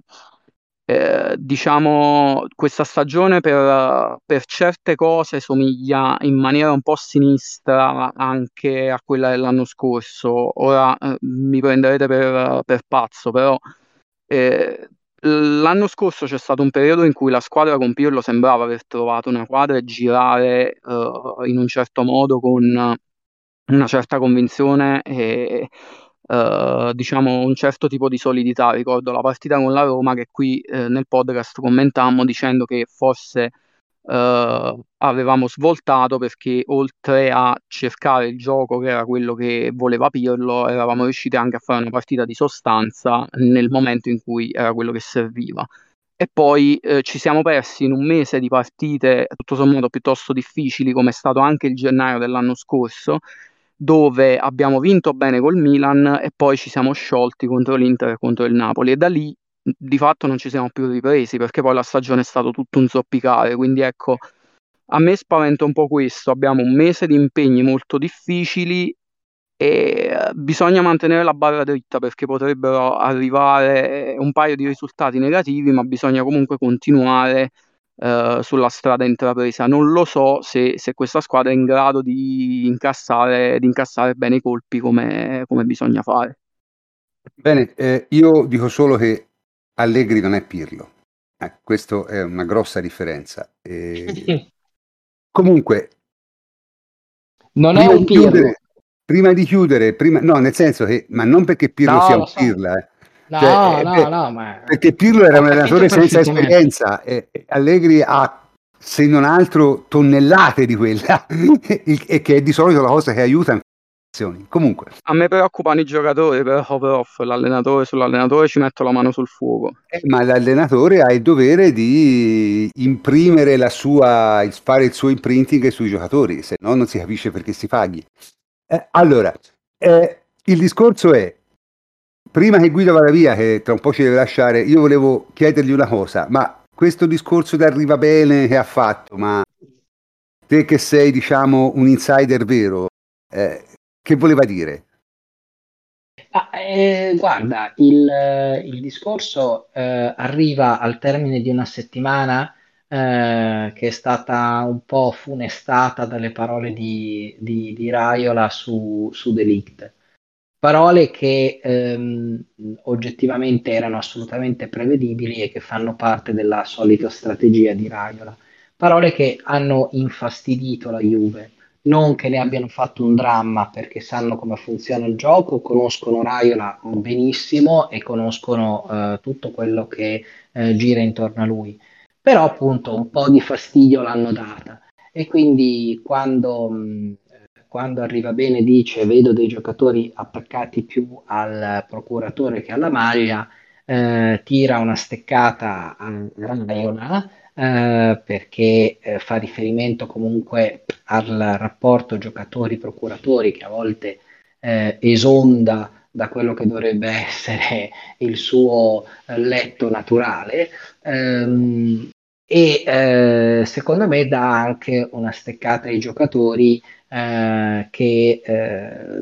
eh, diciamo, questa stagione per, per certe cose somiglia in maniera un po' sinistra anche a quella dell'anno scorso. Ora eh, mi prenderete per, per pazzo, però eh, l'anno scorso c'è stato un periodo in cui la squadra con Pirlo sembrava aver trovato una quadra e girare eh, in un certo modo con una certa convinzione e eh, diciamo un certo tipo di solidità. Ricordo la partita con la Roma che qui eh, nel podcast commentammo dicendo che forse eh, avevamo svoltato perché oltre a cercare il gioco che era quello che voleva Pirlo, eravamo riusciti anche a fare una partita di sostanza nel momento in cui era quello che serviva. E poi eh, ci siamo persi in un mese di partite tutto sommato piuttosto difficili, come è stato anche il gennaio dell'anno scorso, dove abbiamo vinto bene col Milan e poi ci siamo sciolti contro l'Inter e contro il Napoli. E da lì di fatto non ci siamo più ripresi perché poi la stagione è stato tutto un zoppicare. Quindi ecco, a me spaventa un po' questo. Abbiamo un mese di impegni molto difficili e eh, bisogna mantenere la barra dritta perché potrebbero arrivare un paio di risultati negativi, ma bisogna comunque continuare eh, sulla strada intrapresa. Non lo so se, se questa squadra è in grado di incassare, di incassare bene i colpi come, come bisogna fare. Bene, eh, io dico solo che Allegri non è Pirlo. Eh, questa è una grossa differenza. E comunque, Non è prima un di Pirlo. chiudere, prima di chiudere, prima, no, nel senso che, ma non perché Pirlo No, sia lo un so. Pirla, eh. Cioè, No, eh, no, beh, no, ma perché Pirlo era ho un capito allenatore senza perfettamente. esperienza e e Allegri ha, se non altro, tonnellate di quella, il- e che è di solito la cosa che aiuta in azioni. Comunque, A me preoccupano i giocatori, però prof, l'allenatore sull'allenatore ci metto la mano sul fuoco. eh, ma l'allenatore ha il dovere di imprimere la sua, il- fare il suo imprinting sui giocatori, se no non si capisce perché si paghi. Eh, allora, eh, il discorso è, prima che Guido vada via, che tra un po' ci deve lasciare, io volevo chiedergli una cosa, ma questo discorso d'arriva bene che ha fatto, ma te che sei, diciamo, un insider vero, eh, che voleva dire? Ah, eh, guarda, il, eh, il discorso eh, arriva al termine di una settimana eh, che è stata un po' funestata dalle parole di, di, di Raiola su, su De Ligt. Parole che ehm, oggettivamente erano assolutamente prevedibili e che fanno parte della solita strategia di Raiola. parole che hanno infastidito la Juve. Non che ne abbiano fatto un dramma, perché sanno come funziona il gioco, conoscono Raiola benissimo e conoscono eh, tutto quello che eh, gira intorno a lui. Però appunto un po' di fastidio l'hanno data. E quindi quando, mh, quando arriva bene dice vedo dei giocatori attaccati più al procuratore che alla maglia, eh, tira una steccata a Raiola, eh, perché eh, fa riferimento comunque al rapporto giocatori-procuratori che a volte eh, esonda da quello che dovrebbe essere il suo eh, letto naturale. Ehm, e eh, secondo me dà anche una steccata ai giocatori eh, che eh,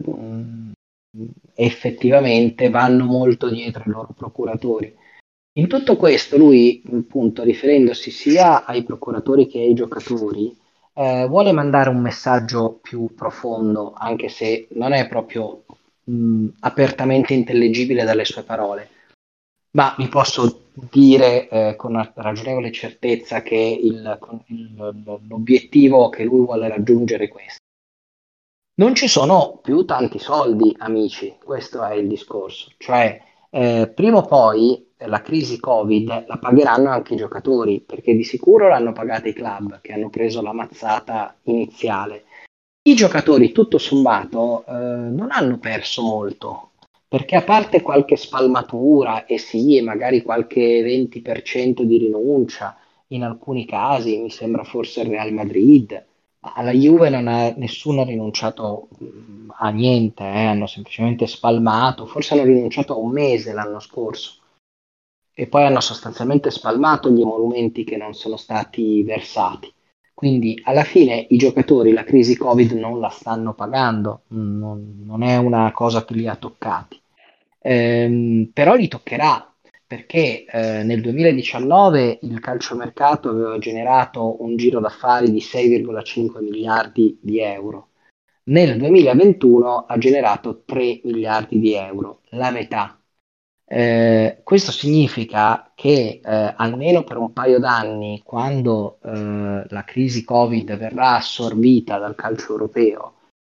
effettivamente vanno molto dietro i loro procuratori. In tutto questo lui, appunto, riferendosi sia ai procuratori che ai giocatori, eh, vuole mandare un messaggio più profondo, anche se non è proprio mh, apertamente intellegibile dalle sue parole. Ma vi posso dire eh, con una ragionevole certezza che il- il- l'obiettivo che lui vuole raggiungere è questo. Non ci sono più tanti soldi, amici, questo è il discorso. Cioè, eh, prima o poi eh, la crisi Covid la pagheranno anche i giocatori, perché di sicuro l'hanno pagata i club che hanno preso la mazzata iniziale. I giocatori, tutto sommato, eh, non hanno perso molto, perché a parte qualche spalmatura e sì, e magari qualche venti per cento di rinuncia, in alcuni casi, mi sembra forse il Real Madrid, alla Juve non ha nessuno ha rinunciato mh, a niente, eh, hanno semplicemente spalmato, forse hanno rinunciato a un mese l'anno scorso e poi hanno sostanzialmente spalmato gli emolumenti che non sono stati versati. Quindi alla fine i giocatori la crisi Covid non la stanno pagando, non, non è una cosa che li ha toccati. Ehm, però li toccherà perché eh, nel duemiladiciannove il calciomercato aveva generato un giro d'affari di sei virgola cinque miliardi di euro. Nel duemilaventuno ha generato tre miliardi di euro, la metà. Eh, questo significa che eh, almeno per un paio d'anni, quando eh, la crisi Covid verrà assorbita dal calcio europeo,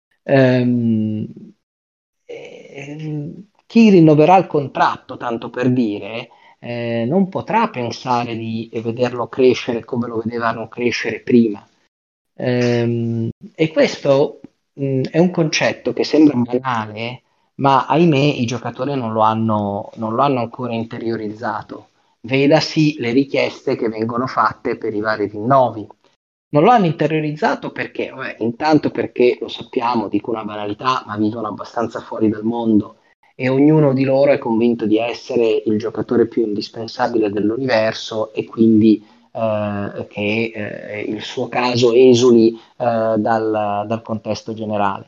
ehm, ehm, chi rinnoverà il contratto, tanto per dire, eh, non potrà pensare di vederlo crescere come lo vedevano crescere prima. Ehm, e questo mh, è un concetto che sembra banale, ma ahimè i giocatori non lo hanno, non lo hanno ancora interiorizzato. Vedasi le richieste che vengono fatte per i vari rinnovi. Non lo hanno interiorizzato perché, vabbè, intanto perché lo sappiamo, dico una banalità, ma vivono abbastanza fuori dal mondo e ognuno di loro è convinto di essere il giocatore più indispensabile dell'universo e quindi eh, che eh, il suo caso esuli eh, dal, dal contesto generale.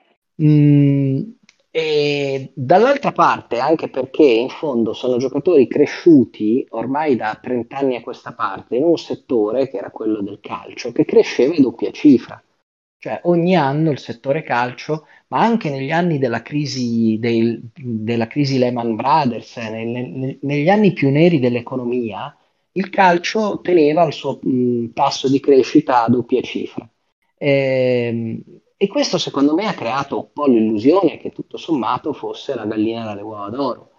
Mm, e dall'altra parte, anche perché in fondo sono giocatori cresciuti ormai da trenta anni a questa parte in un settore che era quello del calcio, che cresceva a doppia cifra. Cioè ogni anno il settore calcio, ma anche negli anni della crisi, del- della crisi Lehman Brothers, eh, nel- nel- negli anni più neri dell'economia, il calcio teneva il suo mh, tasso di crescita a doppia cifra. Ehm, E, questo secondo me ha creato un po' l'illusione che tutto sommato fosse la gallina dalle uova d'oro.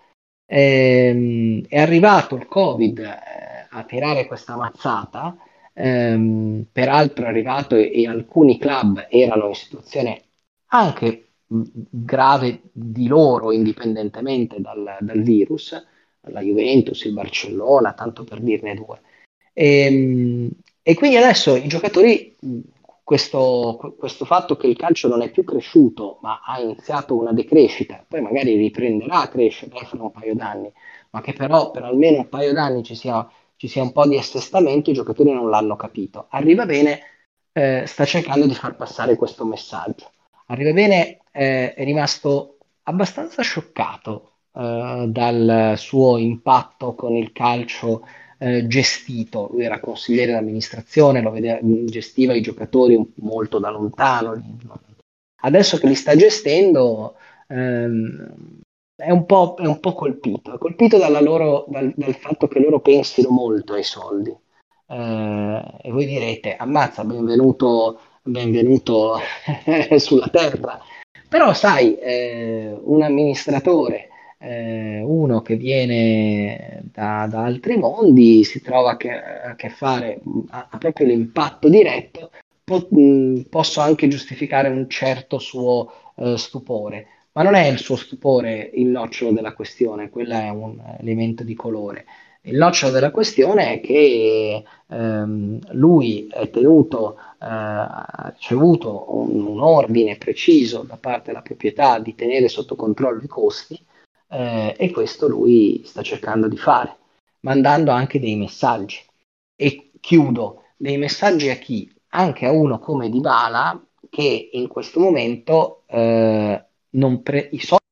Ehm, è arrivato il Covid eh, a tirare questa mazzata, ehm, peraltro è arrivato e, e alcuni club erano in situazione anche mh, grave di loro, indipendentemente dal, dal virus, la Juventus, il Barcellona, tanto per dirne due. E, e quindi adesso i giocatori, mh, questo, questo fatto che il calcio non è più cresciuto, ma ha iniziato una decrescita, poi magari riprenderà a crescere eh, fra un paio d'anni, ma che però per almeno un paio d'anni ci sia, ci sia un po' di assestamento, i giocatori non l'hanno capito. Arriva bene, eh, sta cercando di far passare questo messaggio. Arriva bene, eh, è rimasto abbastanza scioccato eh, dal suo impatto con il calcio eh, gestito. Lui era consigliere d'amministrazione, lo vedeva, gestiva i giocatori molto da lontano. Adesso che li sta gestendo, ehm, è un po', è un po' colpito, è colpito dalla loro, dal, dal fatto che loro pensino molto ai soldi. Eh, e voi direte, ammazza, benvenuto, benvenuto sulla Terra. Però sai, eh, un amministratore, eh, uno che viene da, da altri mondi, si trova a che, a che fare, ha, ha proprio l'impatto diretto, po- mh, posso anche giustificare un certo suo eh, stupore, ma non è il suo stupore il nocciolo della questione, quello è un elemento di colore. Il nocciolo della questione è che ehm, lui è tenuto, eh, ha ricevuto un, un ordine preciso da parte della proprietà di tenere sotto controllo i costi, eh, e questo lui sta cercando di fare, mandando anche dei messaggi. E chiudo, dei messaggi a chi? Anche a uno come Dybala che in questo momento eh, non pre- i soldi.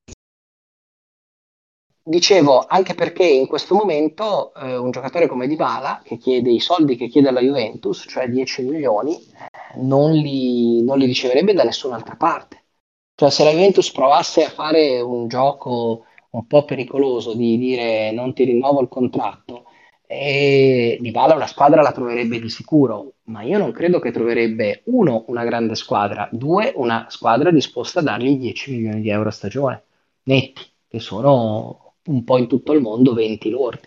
Dicevo, anche perché in questo momento eh, un giocatore come Dybala, che chiede i soldi che chiede alla Juventus, cioè dieci milioni, non li, non li riceverebbe da nessun'altra parte. Cioè se la Juventus provasse a fare un gioco un po' pericoloso di dire non ti rinnovo il contratto, e Dybala una squadra la troverebbe di sicuro, ma io non credo che troverebbe, uno, una grande squadra, due, una squadra disposta a dargli dieci milioni di euro a stagione, netti, che sono un po' in tutto il mondo venti lordi.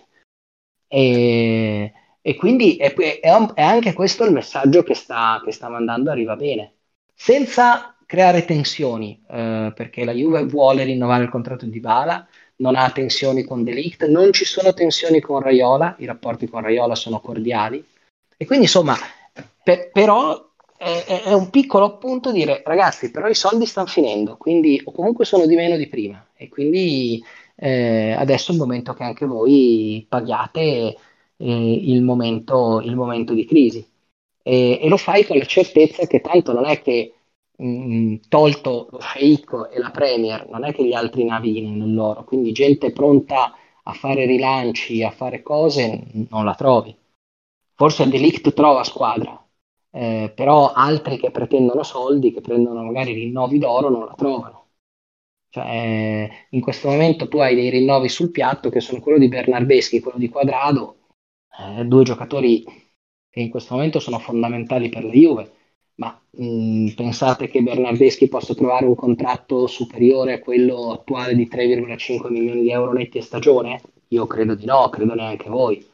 E, e quindi è, è un- è anche questo il messaggio che sta, che sta mandando Arriva Bene, senza creare tensioni, eh, perché la Juve vuole rinnovare il contratto di Dybala, non ha tensioni con De Ligt, non ci sono tensioni con Raiola, i rapporti con Raiola sono cordiali, e quindi insomma, per- però è, è- è un piccolo appunto dire, ragazzi, però i soldi stanno finendo, quindi o comunque sono di meno di prima, e quindi eh, adesso è il momento che anche voi paghiate eh, il momento, il momento di crisi. E, e lo fai con la certezza che tanto non è che mh, tolto lo sceicco e la Premier, non è che gli altri navighino nell'oro, quindi gente pronta a fare rilanci, a fare cose, non la trovi. Forse De Ligt trova squadra, eh, però altri che pretendono soldi, che prendono magari rinnovi d'oro, non la trovano. Cioè, in questo momento tu hai dei rinnovi sul piatto che sono quello di Bernardeschi e quello di Quadrado, eh, due giocatori che in questo momento sono fondamentali per la Juve. Ma mh, pensate che Bernardeschi possa trovare un contratto superiore a quello attuale di tre virgola cinque milioni di euro netti a stagione? Io credo di no, credo neanche voi.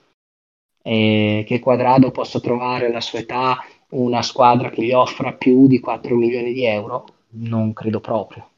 E che Quadrado possa trovare alla sua età una squadra che gli offra più di quattro milioni di euro? Non credo proprio.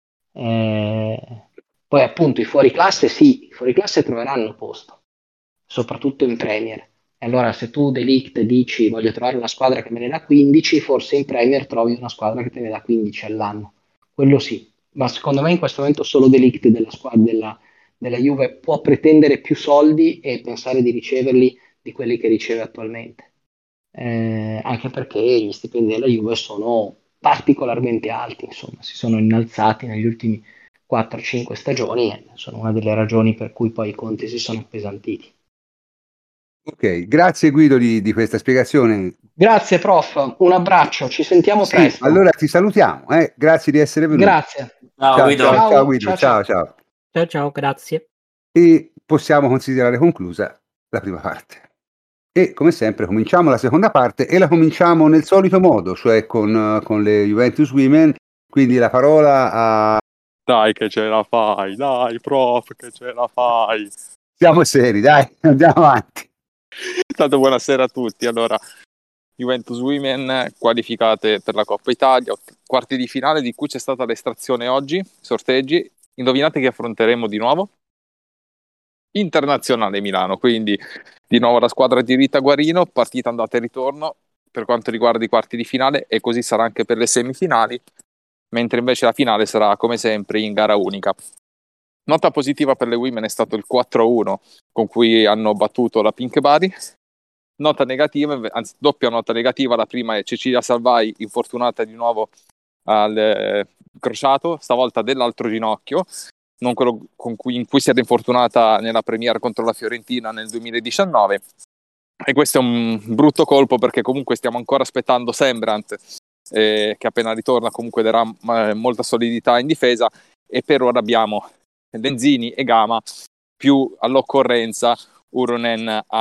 Eh, poi appunto i fuoriclasse sì, i fuoriclasse troveranno posto, soprattutto in Premier. E allora se tu De Ligt dici voglio trovare una squadra che me ne dà quindici, forse in Premier trovi una squadra che te ne dà quindici all'anno. Quello sì, ma secondo me in questo momento solo De Ligt della squadra della, della Juve può pretendere più soldi e pensare di riceverli di quelli che riceve attualmente. Eh, anche perché gli stipendi della Juve sono particolarmente alti, insomma, si sono innalzati negli ultimi quattro cinque stagioni e sono una delle ragioni per cui poi i conti si sono appesantiti. Ok, grazie Guido di, di questa spiegazione. Grazie prof, un abbraccio, ci sentiamo Sì, presto. allora ti salutiamo, eh? Grazie di essere venuto. Grazie. Ciao, Ciao, Guido. ciao, ciao Ciao, Guido, ciao, ciao, ciao. ciao. Ciao ciao, grazie. E possiamo considerare conclusa la prima parte. E come sempre cominciamo la seconda parte e la cominciamo nel solito modo, cioè con, eh, con le Juventus Women, quindi la parola a... Dai che ce la fai, dai prof che ce la fai. Siamo seri, dai, andiamo avanti. Tanto buonasera a tutti. Allora, Juventus Women qualificate per la Coppa Italia, quarti di finale di cui c'è stata l'estrazione oggi, sorteggi. Indovinate che affronteremo di nuovo? Internazionale Milano, quindi di nuovo la squadra di Rita Guarino, partita andata e ritorno per quanto riguarda i quarti di finale e così sarà anche per le semifinali, mentre invece la finale sarà come sempre in gara unica. Nota positiva per le women è stato il quattro a uno con cui hanno battuto la Pink Bari. Nota negativa, anzi doppia nota negativa, la prima è Cecilia Salvai, infortunata di nuovo al eh, crociato, stavolta dell'altro ginocchio, non quello con cui, in cui si era infortunata nella Premier contro la Fiorentina nel duemiladiciannove. E questo è un brutto colpo perché comunque stiamo ancora aspettando Sembrant, eh, che appena ritorna comunque darà eh, molta solidità in difesa, e per ora abbiamo Lenzini e Gama, più all'occorrenza Uronen a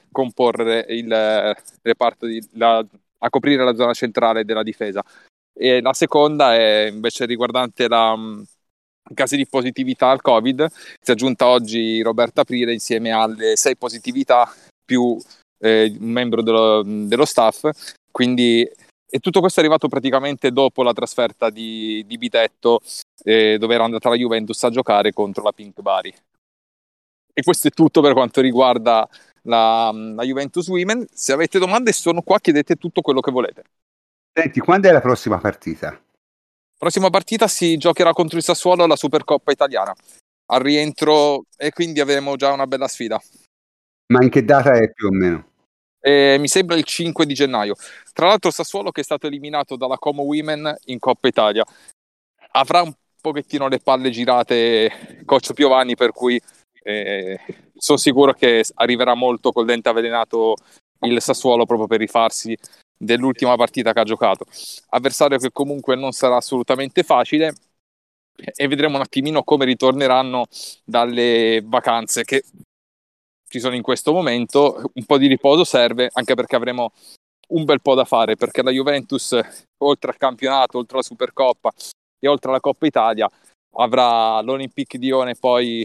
comporre il eh, reparto di, la, a coprire la zona centrale della difesa. E la seconda è invece riguardante la mh, casi di positività al Covid. Si è aggiunta oggi Roberta Aprile insieme alle sei positività più eh, un membro dello, dello staff, quindi e tutto questo è arrivato praticamente dopo la trasferta di, di Bitetto, eh, dove era andata la Juventus a giocare contro la Pink Bari. E questo è tutto per quanto riguarda la, la Juventus Women. Se avete domande sono qua, chiedete tutto quello che volete. Senti, quando è la prossima partita? Prossima partita si giocherà contro il Sassuolo alla Supercoppa italiana al rientro, e quindi avremo già una bella sfida. Ma in che data è più o meno? Eh, mi sembra il cinque di gennaio. Tra l'altro Sassuolo, che è stato eliminato dalla Como Women in Coppa Italia, avrà un pochettino le palle girate coach Piovani, per cui eh, sono sicuro che arriverà molto col dente avvelenato il Sassuolo, proprio per rifarsi dell'ultima partita che ha giocato. Avversario che comunque non sarà assolutamente facile, e vedremo un attimino come ritorneranno dalle vacanze che ci sono in questo momento. Un po' di riposo serve, anche perché avremo un bel po' da fare, perché la Juventus, oltre al campionato, oltre alla Supercoppa e oltre alla Coppa Italia, avrà l'Olympique di Lione poi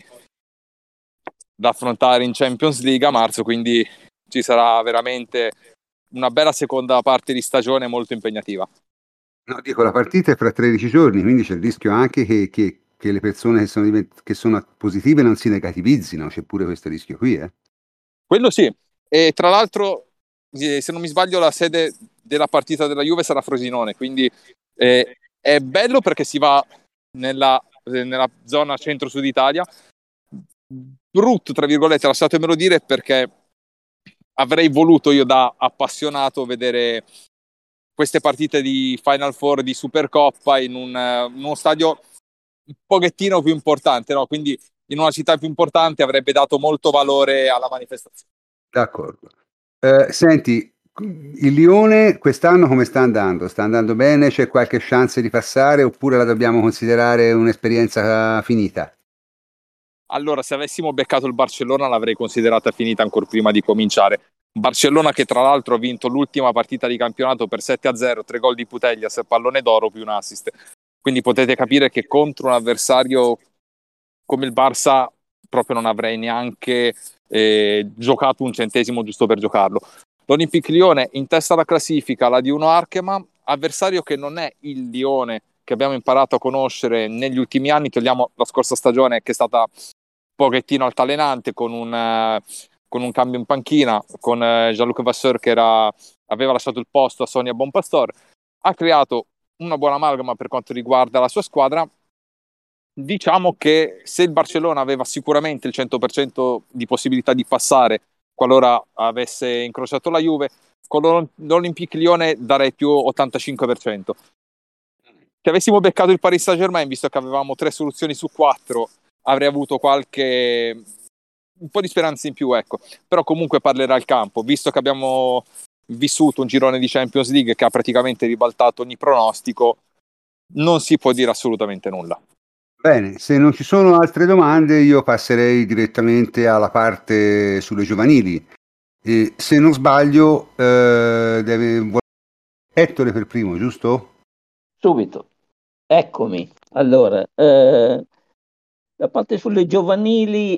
da affrontare in Champions League a marzo, quindi ci sarà veramente una bella seconda parte di stagione molto impegnativa. No, dico, la partita è fra tredici giorni, quindi c'è il rischio anche che, che, che le persone che sono, divent- che sono positive non si negativizzino, c'è pure questo rischio qui, eh? Quello sì, e tra l'altro, eh, se non mi sbaglio, la sede della partita della Juve sarà Frosinone, quindi eh, è bello perché si va nella, eh, nella zona centro-sud Italia. Brutto, tra virgolette, lasciatemelo dire, perché avrei voluto io da appassionato vedere queste partite di Final Four di Supercoppa in un, uh, uno stadio un pochettino più importante, no? Quindi in una città più importante avrebbe dato molto valore alla manifestazione. D'accordo. Eh, senti, il Lione quest'anno come sta andando? Sta andando bene? C'è qualche chance di passare oppure la dobbiamo considerare un'esperienza finita? Allora, se avessimo beccato il Barcellona l'avrei considerata finita ancora prima di cominciare. Barcellona che tra l'altro ha vinto l'ultima partita di campionato per sette a zero, tre gol di Putellas, pallone d'oro più un assist. Quindi potete capire che contro un avversario come il Barça proprio non avrei neanche eh, giocato un centesimo giusto per giocarlo. L'Olympique Lione in testa alla classifica, la di uno Arkema, avversario che non è il Lione che abbiamo imparato a conoscere negli ultimi anni. Togliamo la scorsa stagione, che è stata un pochettino altalenante, con un, eh, con un cambio in panchina, con eh, Jean-Luc Vasseur che era, aveva lasciato il posto a Sonia Bonpastor. Ha creato una buona amalgama per quanto riguarda la sua squadra. Diciamo che se il Barcellona aveva sicuramente il cento per cento di possibilità di passare qualora avesse incrociato la Juve, con l'Olympique Lione darei più ottantacinque per cento. Se avessimo beccato il Paris Saint-Germain, visto che avevamo tre soluzioni su quattro, avrei avuto qualche un po' di speranza in più, ecco. Però comunque parlerà il campo, visto che abbiamo vissuto un girone di Champions League che ha praticamente ribaltato ogni pronostico, non si può dire assolutamente nulla. Bene, se non ci sono altre domande io passerei direttamente alla parte sulle giovanili. E se non sbaglio, eh, deve... Ettore per primo, giusto? Subito, eccomi. Allora, eh, la parte sulle giovanili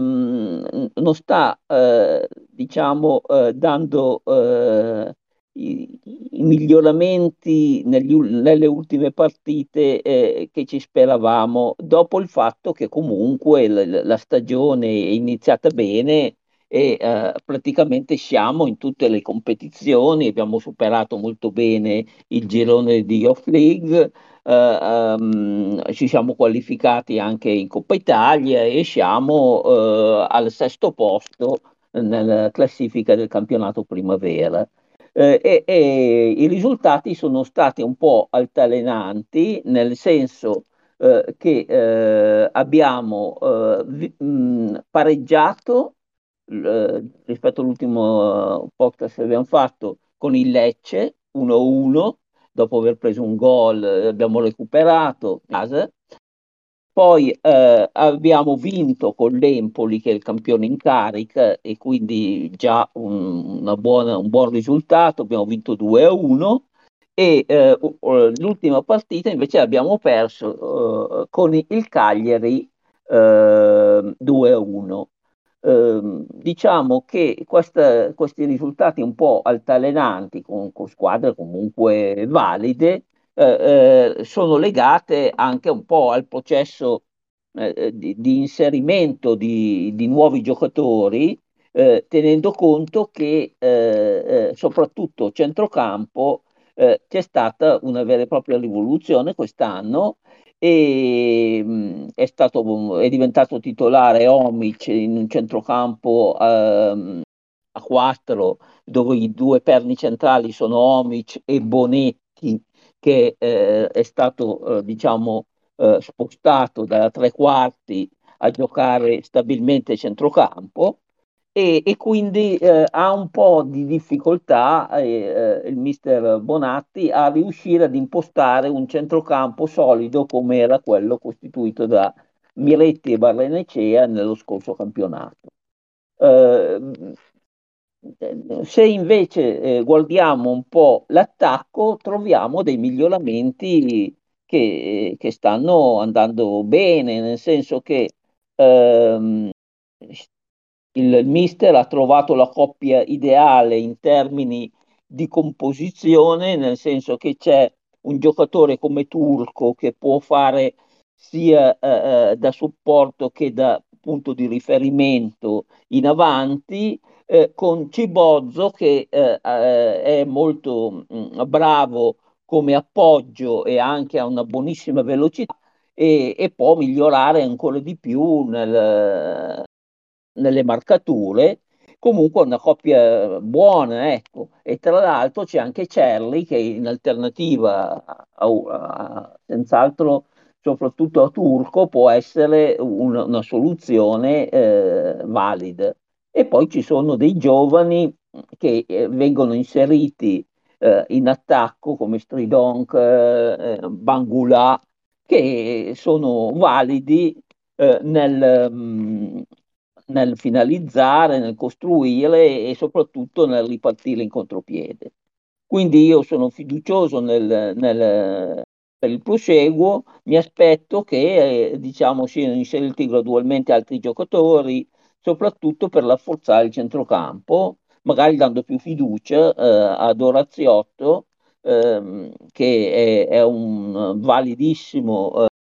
ehm, non sta, eh, diciamo, eh, dando eh, i, i miglioramenti negli ul- nelle ultime partite eh, che ci speravamo, dopo il fatto che comunque la, la stagione è iniziata bene e eh, praticamente siamo in tutte le competizioni, abbiamo superato molto bene il girone di Off League. Eh, ehm, ci siamo qualificati anche in Coppa Italia e siamo eh, al sesto posto nella classifica del campionato primavera. Eh, e, e i risultati sono stati un po' altalenanti, nel senso eh, che eh, abbiamo eh, vi- mh, pareggiato eh, rispetto all'ultimo eh, podcast che abbiamo fatto con il Lecce uno a uno. Dopo aver preso un gol, eh, abbiamo recuperato casa Poi eh, abbiamo vinto con l'Empoli, che è il campione in carica, e quindi già un, una buona- un buon risultato. Abbiamo vinto due a uno. E eh, u- u- l'ultima partita invece abbiamo perso eh, con il Cagliari eh, due a uno. Ehm, diciamo che questa- questi risultati un po' altalenanti, con, con squadre comunque valide, eh, eh, sono legate anche un po' al processo eh, di, di inserimento di, di nuovi giocatori, eh, tenendo conto che eh, eh, soprattutto centrocampo eh, c'è stata una vera e propria rivoluzione quest'anno e mh, è stato, è diventato titolare Omic in un centrocampo ehm, a quattro, dove i due perni centrali sono Omic e Bonetti, che eh, è stato, eh, diciamo, eh, spostato da tre quarti a giocare stabilmente centrocampo. E, e quindi eh, ha un po' di difficoltà eh, eh, il mister Bonatti a riuscire ad impostare un centrocampo solido come era quello costituito da Miretti e Barrenecea nello scorso campionato. Eh, Se invece eh, guardiamo un po' l'attacco, troviamo dei miglioramenti che, che stanno andando bene, nel senso che ehm, il, il mister ha trovato la coppia ideale in termini di composizione, nel senso che c'è un giocatore come Turco che può fare sia eh, eh, da supporto che da punto di riferimento in avanti, eh, con Cibozzo che eh, eh, è molto mh, bravo come appoggio e anche ha una buonissima velocità e, e può migliorare ancora di più nel, nelle marcature. Comunque una coppia buona, ecco. E tra l'altro c'è anche Cerri che in alternativa a, a- senz'altro, soprattutto a Turco, può essere un- una soluzione eh, valida. E poi ci sono dei giovani che eh, vengono inseriti eh, in attacco come Stridonk, eh, Bangula, che sono validi eh, nel, mh, nel finalizzare, nel costruire e soprattutto nel ripartire in contropiede. Quindi io sono fiducioso nel, nel- per il proseguo, mi aspetto che eh, diciamo, siano inseriti gradualmente altri giocatori, soprattutto per rafforzare il centrocampo, magari dando più fiducia eh, ad Oraziotto, ehm, che è, è un validissimo eh,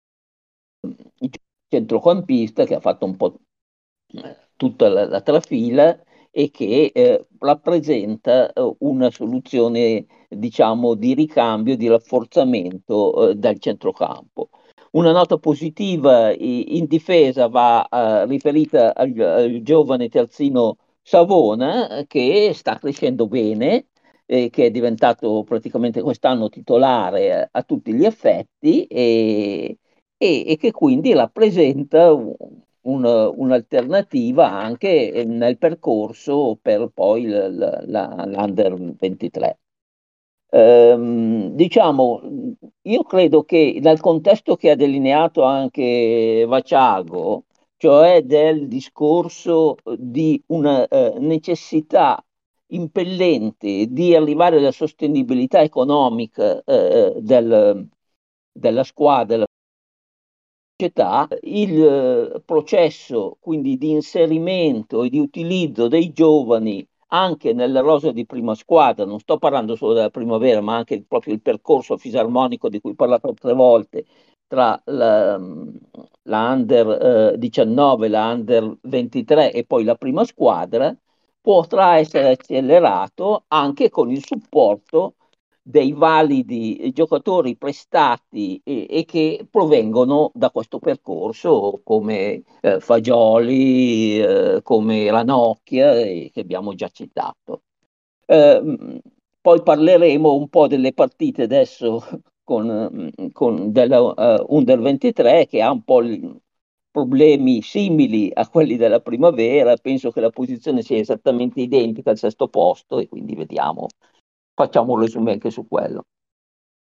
centrocampista che ha fatto un po' tutta la, la trafila e che eh, rappresenta eh, una soluzione, diciamo, di ricambio, di rafforzamento eh, dal centrocampo. Una nota positiva i- in difesa va eh, riferita al, al giovane terzino Savona, eh, che sta crescendo bene, eh, che è diventato praticamente quest'anno titolare eh, a tutti gli effetti e, e- e che quindi rappresenta un- un- un'alternativa anche nel percorso per poi l- l- la- l'Under ventitré. Ehm, diciamo, io credo che nel contesto che ha delineato anche Vaciago, cioè del discorso di una eh, necessità impellente di arrivare alla sostenibilità economica eh, del- della squadra, società, il eh, processo quindi di inserimento e di utilizzo dei giovani anche nella rosa di prima squadra, non sto parlando solo della primavera, ma anche il- proprio il percorso fisarmonico di cui ho parlato altre volte, tra la, la Under eh, diciannove, la Under ventitré e poi la prima squadra, potrà essere accelerato anche con il supporto dei validi giocatori prestati e, e che provengono da questo percorso come eh, Fagioli, eh, come Ranocchia, eh, che abbiamo già citato. Eh, Poi parleremo un po' delle partite adesso con, con della uh, Under ventitré che ha un po' il- problemi simili a quelli della primavera. Penso che la posizione sia esattamente identica al sesto posto e quindi vediamo, facciamo un resume anche su quello.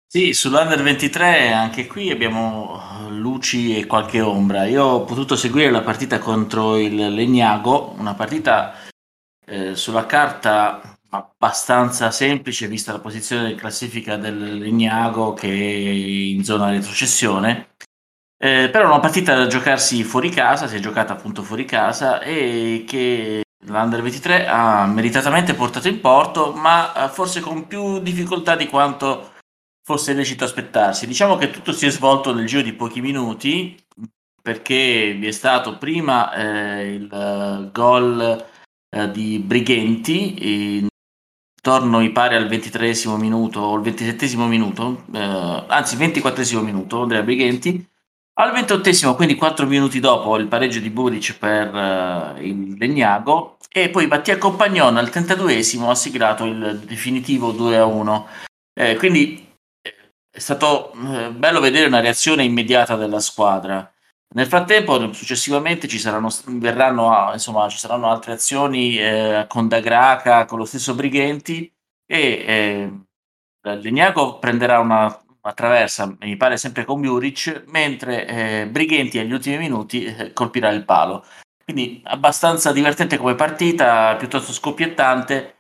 Sì, sull'Under ventitré anche qui abbiamo eh, luci e qualche ombra. Io ho potuto seguire la partita contro il Legnago, una partita eh, sulla carta abbastanza semplice, vista la posizione di classifica del Legnago che è in zona retrocessione. Eh, però è una partita da giocarsi fuori casa, si è giocata appunto fuori casa e che l'Under ventitré ha meritatamente portato in porto, ma eh, forse con più difficoltà di quanto fosse lecito aspettarsi. Diciamo che tutto si è svolto nel giro di pochi minuti, perché vi è stato prima eh, il eh, gol eh, di Brighenti, intorno i pari al ventitreesimo minuto o il ventisettesimo minuto, eh, anzi ventiquattresimo minuto, Andrea Brighenti. Al ventottesimo, quindi quattro minuti dopo, il pareggio di Buric per eh, il Legnago, e poi Mattia Compagnon al trentaduesimo ha siglato il definitivo due a uno. Eh, quindi eh, è stato eh, bello vedere una reazione immediata della squadra. Nel frattempo, successivamente ci saranno, verranno, a- insomma, ci saranno altre azioni eh, con Dagraca, con lo stesso Brighenti, e eh, Legnago prenderà una, una traversa, mi pare sempre con Buric, mentre eh, Brighenti agli ultimi minuti eh, colpirà il palo. Quindi abbastanza divertente come partita, piuttosto scoppiettante,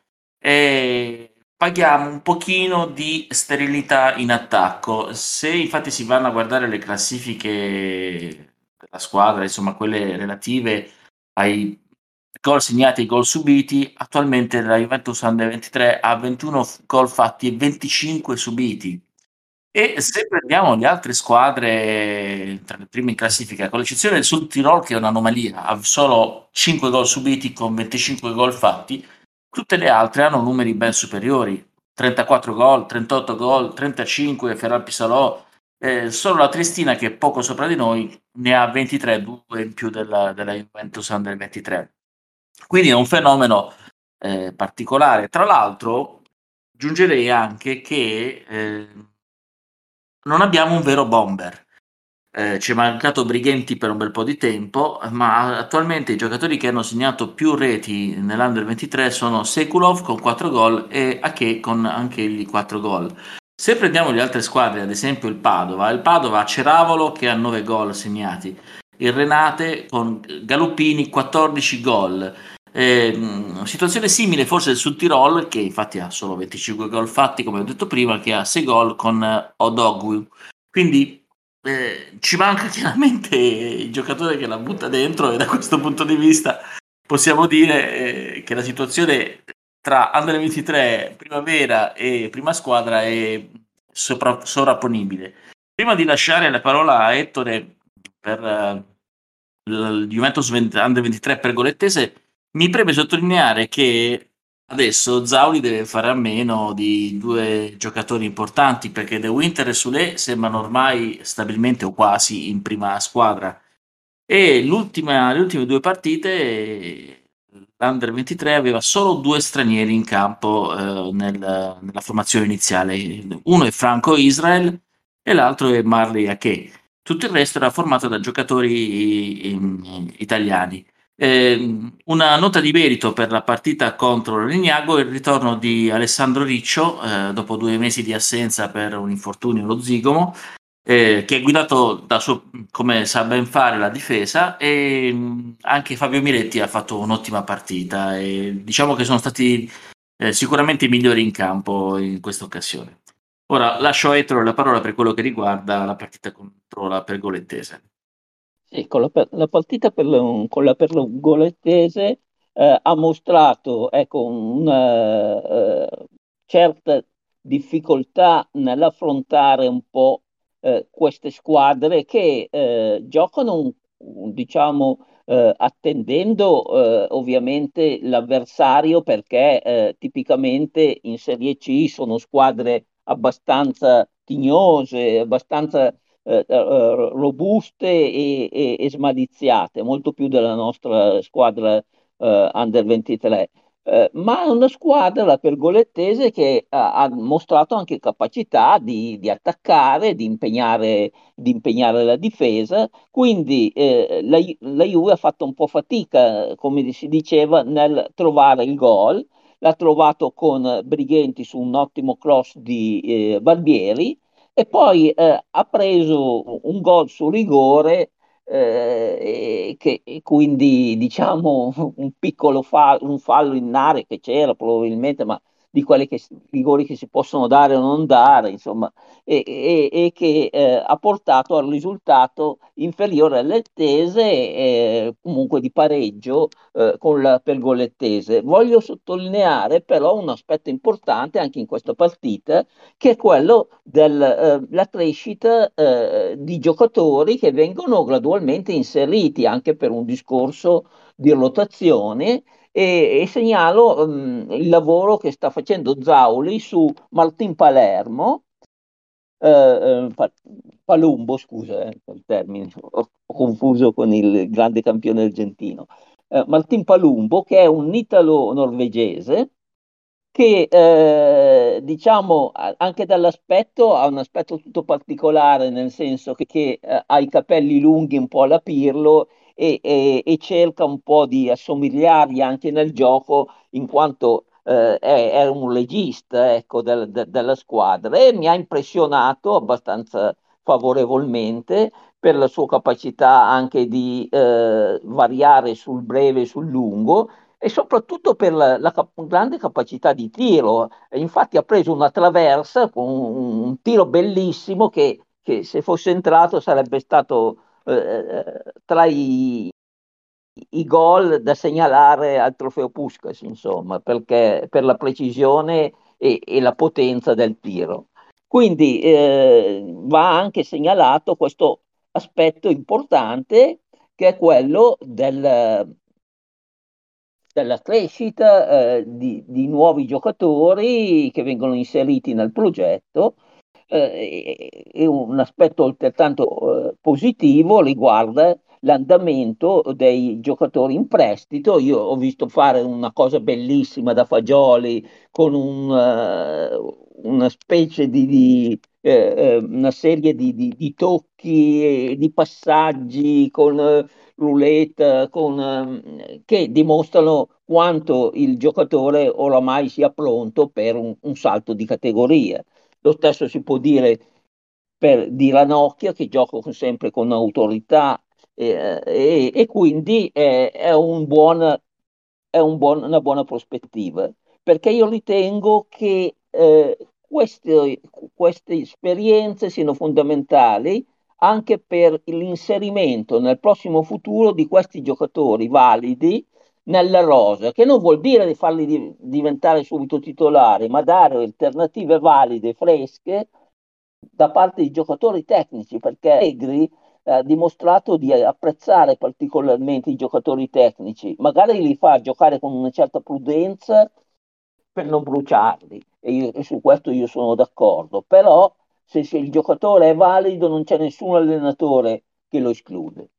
e paghiamo un pochino di sterilità in attacco. Se infatti si vanno a guardare le classifiche della squadra, insomma quelle relative ai gol segnati e gol subiti, attualmente la Juventus Under ventitré ha ventuno gol fatti e venticinque subiti. E se prendiamo le altre squadre tra le prime in classifica, con l'eccezione del Sud Tirol che è un'anomalia, ha solo cinque gol subiti con venticinque gol fatti, tutte le altre hanno numeri ben superiori, trentaquattro gol, trentotto gol, trentacinque Ferral Pisalò, eh, solo la Triestina che è poco sopra di noi ne ha ventitré, due in più della, della Juventus Under ventitré. Quindi è un fenomeno eh, particolare. Tra l'altro, aggiungerei anche che eh, non abbiamo un vero bomber. Eh, ci è mancato Brighenti per un bel po' di tempo, ma attualmente i giocatori che hanno segnato più reti nell'Under ventitré sono Sekulov con quattro gol e Ake con anche egli quattro gol. Se prendiamo le altre squadre, ad esempio il Padova, il Padova ha Ceravolo che ha nove gol segnati, il Renate con Galuppini quattordici gol. Eh, situazione simile forse del Sud Tirol, che infatti ha solo venticinque gol fatti, come ho detto prima, che ha sei gol con eh, Odogwu. Quindi eh, ci manca chiaramente il giocatore che la butta dentro, e da questo punto di vista possiamo dire eh, che la situazione tra Under ventitré, Primavera e Prima Squadra è sopra- sovrapponibile. Prima di lasciare la parola a Ettore per eh, il Juventus Under ventitré pergolettese, mi preme sottolineare che adesso Zauli deve fare a meno di due giocatori importanti, perché De Winter e Sule sembrano ormai stabilmente o quasi in prima squadra, e l'ultima, le ultime due partite l'Under ventitré aveva solo due stranieri in campo eh, nel- nella formazione iniziale. Uno è Franco Israel e l'altro è Marley Ake. Tutto il resto era formato da giocatori in- italiani. Eh, una nota di merito per la partita contro il Legnago è il ritorno di Alessandro Riccio, eh, dopo due mesi di assenza per un infortunio allo zigomo, eh, che è guidato da suo, come sa ben fare, la difesa, e mh, anche Fabio Miretti ha fatto un'ottima partita e diciamo che sono stati eh, sicuramente i migliori in campo in questa occasione. Ora lascio a Ettore la parola per quello che riguarda la partita contro la Pergolettese. Sì, con la, per- la partita per la- con la pergolettese eh, ha mostrato ecco, una eh, certa difficoltà nell'affrontare un po' eh, queste squadre che eh, giocano, un- un, diciamo, eh, attendendo eh, ovviamente l'avversario perché eh, tipicamente in Serie C sono squadre abbastanza tignose, abbastanza eh, eh, robuste e, e- e smaliziate, molto più della nostra squadra eh, Under ventitré. Eh, ma è una squadra, la Pergolettese, che ha, ha mostrato anche capacità di, di attaccare, di impegnare, di impegnare la difesa. Quindi eh, la, Ju- la Juve ha fatto un po' fatica, come si diceva, nel trovare il gol. L'ha trovato con Brighenti su un ottimo cross di eh, Barbieri, e poi eh, ha preso un gol su rigore, eh, e che, e quindi diciamo un piccolo fa- un fallo in area che c'era probabilmente, ma di quelli che, si- rigori che si possono dare o non dare, insomma, e, e- e che eh, ha portato al risultato inferiore all'Ettese, eh, comunque di pareggio eh, con la pergolettese. Voglio sottolineare però un aspetto importante anche in questa partita, che è quello della crescita eh, di giocatori che vengono gradualmente inseriti anche per un discorso di rotazione. E, e segnalo mh, il lavoro che sta facendo Zauli su Martin Palermo, eh, eh, Pa- Palumbo, scusa, eh, il termine, ho, ho confuso con il grande campione argentino. Eh, Martin Palumbo, che è un italo-norvegese, che eh, diciamo a- anche dall'aspetto ha un aspetto tutto particolare, nel senso che, che, eh, ha i capelli lunghi un po' alla Pirlo e, e- e cerca un po' di assomigliargli anche nel gioco, in quanto eh, è, è un legista, ecco, del- de- della squadra, e mi ha impressionato abbastanza favorevolmente per la sua capacità anche di eh, variare sul breve e sul lungo, e soprattutto per la, la cap- grande capacità di tiro. E infatti ha preso una traversa con un, un tiro bellissimo che, che se fosse entrato sarebbe stato eh, tra i, i gol da segnalare al trofeo Puskás, insomma, perché per la precisione e, e la potenza del tiro. Quindi eh, va anche segnalato questo aspetto importante, che è quello del, della crescita eh, di, di nuovi giocatori che vengono inseriti nel progetto. Eh, e, e un aspetto altrettanto eh, positivo riguarda l'andamento dei giocatori in prestito. Io ho visto fare una cosa bellissima da Fagioli con un, eh, una specie di, di, eh, eh, una serie di, di- di tocchi e di passaggi con eh, roulette, con, ehm, che dimostrano quanto il giocatore oramai sia pronto per un, un salto di categoria. Lo stesso si può dire per di Ranocchia, che gioca con- sempre con autorità, eh, e, e quindi è, è un buon, è un buon- una buona prospettiva, perché io ritengo che eh, queste, queste esperienze siano fondamentali anche per l'inserimento nel prossimo futuro di questi giocatori validi nella rosa, che non vuol dire di farli di- diventare subito titolari, ma dare alternative valide, fresche, da parte di giocatori tecnici, perché Allegri eh, ha dimostrato di apprezzare particolarmente i giocatori tecnici, magari li fa giocare con una certa prudenza per non bruciarli, e, io- e su questo io sono d'accordo, però se, se il giocatore è valido non c'è nessun allenatore che lo esclude.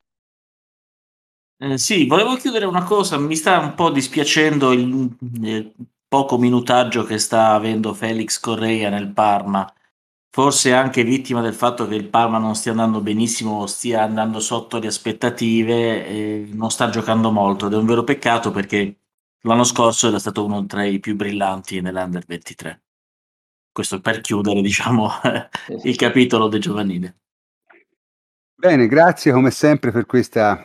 Eh, sì, volevo chiudere una cosa, mi sta un po' dispiacendo il, il poco minutaggio che sta avendo Felix Correa nel Parma, forse anche vittima del fatto che il Parma non stia andando benissimo, stia andando sotto le aspettative, e non sta giocando molto ed è un vero peccato perché l'anno scorso era stato uno tra i più brillanti nell'Under ventitré. Questo per chiudere, diciamo, Sì, il sì. capitolo del giovanile. Bene, grazie come sempre per questa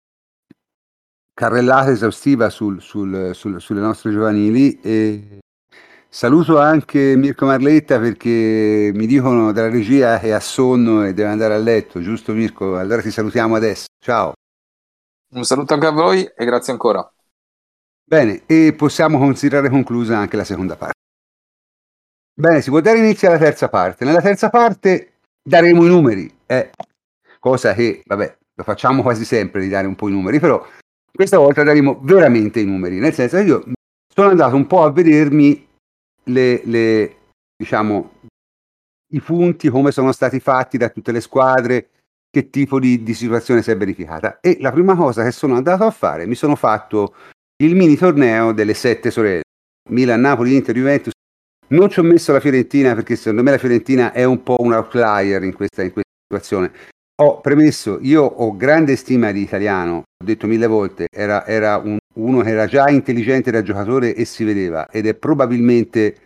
carrellata esaustiva sul- sul- sul- sulle nostre giovanili. E saluto anche Mirko Marletta perché mi dicono dalla regia che ha sonno e deve andare a letto, giusto Mirko? Allora ti salutiamo adesso. Ciao. Un saluto anche a voi e grazie ancora. Bene, e possiamo considerare conclusa anche la seconda parte. Bene, si può dare inizio alla terza parte. Nella terza parte daremo i numeri, eh, cosa che, vabbè, lo facciamo quasi sempre di dare un po' i numeri, però questa volta daremo veramente i numeri, nel senso che io sono andato un po' a vedermi le, le diciamo, i punti, come sono stati fatti da tutte le squadre, che tipo di, di situazione si è verificata. E la prima cosa che sono andato a fare, mi sono fatto il mini torneo delle sette sorelle, Milan, Napoli, Inter, Juventus. Non ci ho messo la Fiorentina perché secondo me la Fiorentina è un po' un outlier in questa, in questa situazione. Ho premesso, io ho grande stima di Italiano, ho detto mille volte, era, era un, uno che era già intelligente da giocatore e si vedeva, ed è probabilmente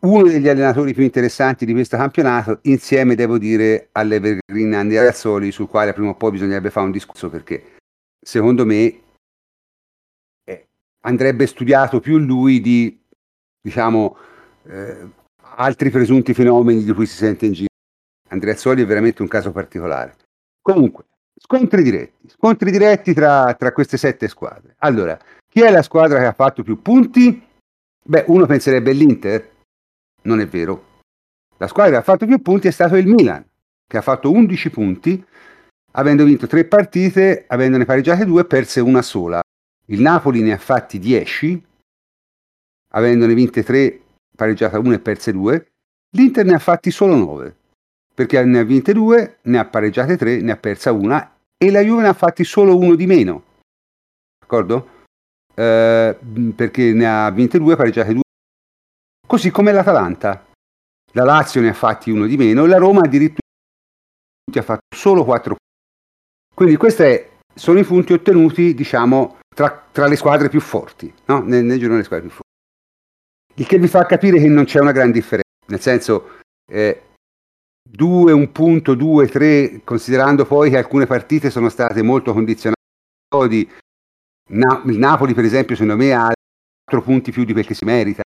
uno degli allenatori più interessanti di questo campionato, insieme devo dire all'Evergreen Andrea Razzoli, sul quale prima o poi bisognerebbe fare un discorso, perché secondo me eh, andrebbe studiato più lui di, diciamo, eh, altri presunti fenomeni di cui si sente in giro. Andrea Razzoli è veramente un caso particolare. Comunque, scontri diretti, scontri diretti tra, tra queste sette squadre. Allora, chi è la squadra che ha fatto più punti? Beh, uno penserebbe l'Inter. Non è vero. La squadra che ha fatto più punti è stato il Milan, che ha fatto undici punti, avendo vinto tre partite, avendone pareggiate due, perse una sola. Il Napoli ne ha fatti dieci, avendone vinte tre, pareggiata una e perse due. L'Inter ne ha fatti solo nove, perché ne ha vinte due, ne ha pareggiate tre, ne ha persa una, e la Juve ne ha fatti solo uno di meno. D'accordo? Eh, perché ne ha vinte due, pareggiate due. Così come l'Atalanta. La Lazio ne ha fatti uno di meno, la Roma addirittura ha fatto solo quattro punti. Quindi questi sono i punti ottenuti, diciamo, tra, tra le squadre più forti, no? nel, nel girone delle squadre più forti. Il che vi fa capire che non c'è una gran differenza, nel senso eh, due, un punto, due, tre, considerando poi che alcune partite sono state molto condizionate. Na- il Napoli, per esempio, secondo me ha quattro punti più di quel che si merita.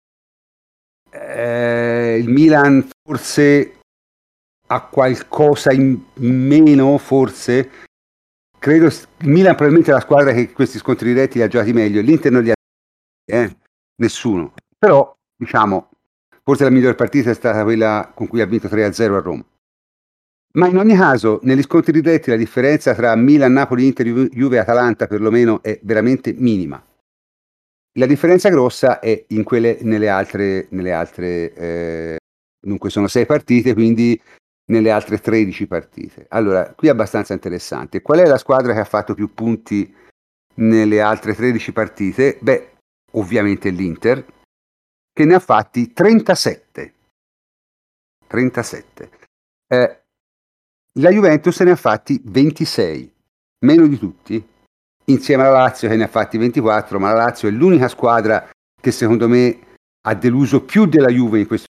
Eh, il Milan forse ha qualcosa in, in meno, forse. Credo il Milan probabilmente è la squadra che questi scontri diretti li ha giocati meglio. L'Inter non li ha eh, nessuno. Però, diciamo, forse la migliore partita è stata quella con cui ha vinto tre a zero a Roma. Ma in ogni caso, negli scontri diretti la differenza tra Milan, Napoli, Inter, Juve e Atalanta perlomeno è veramente minima. La differenza grossa è in quelle nelle altre, nelle altre eh, dunque sono sei partite, quindi nelle altre tredici partite. Allora, qui è abbastanza interessante. Qual è la squadra che ha fatto più punti nelle altre tredici partite? Beh, ovviamente l'Inter, che ne ha fatti trentasette. trentasette. Eh, la Juventus ne ha fatti ventisei, meno di tutti, insieme alla Lazio che ne ha fatti ventiquattro, ma la Lazio è l'unica squadra che secondo me ha deluso più della Juve in questo.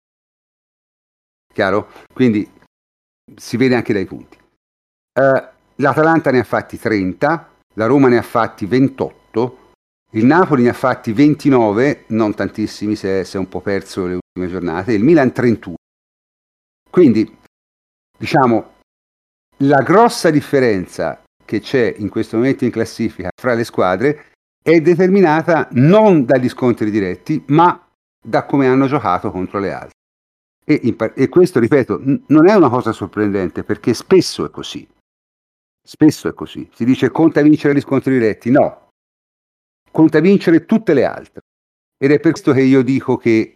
Chiaro? Quindi si vede anche dai punti. Uh, L'Atalanta ne ha fatti trenta, la Roma ne ha fatti ventotto, il Napoli ne ha fatti ventinove, non tantissimi, si è, si è un po' perso le ultime giornate, il Milan trentuno. Quindi, diciamo, la grossa differenza che c'è in questo momento in classifica fra le squadre è determinata non dagli scontri diretti, ma da come hanno giocato contro le altre. E, in, e questo, ripeto, n- non è una cosa sorprendente, perché spesso è così. Spesso è così. Si dice conta vincere gli scontri diretti. No, conta vincere tutte le altre. Ed è per questo che io dico che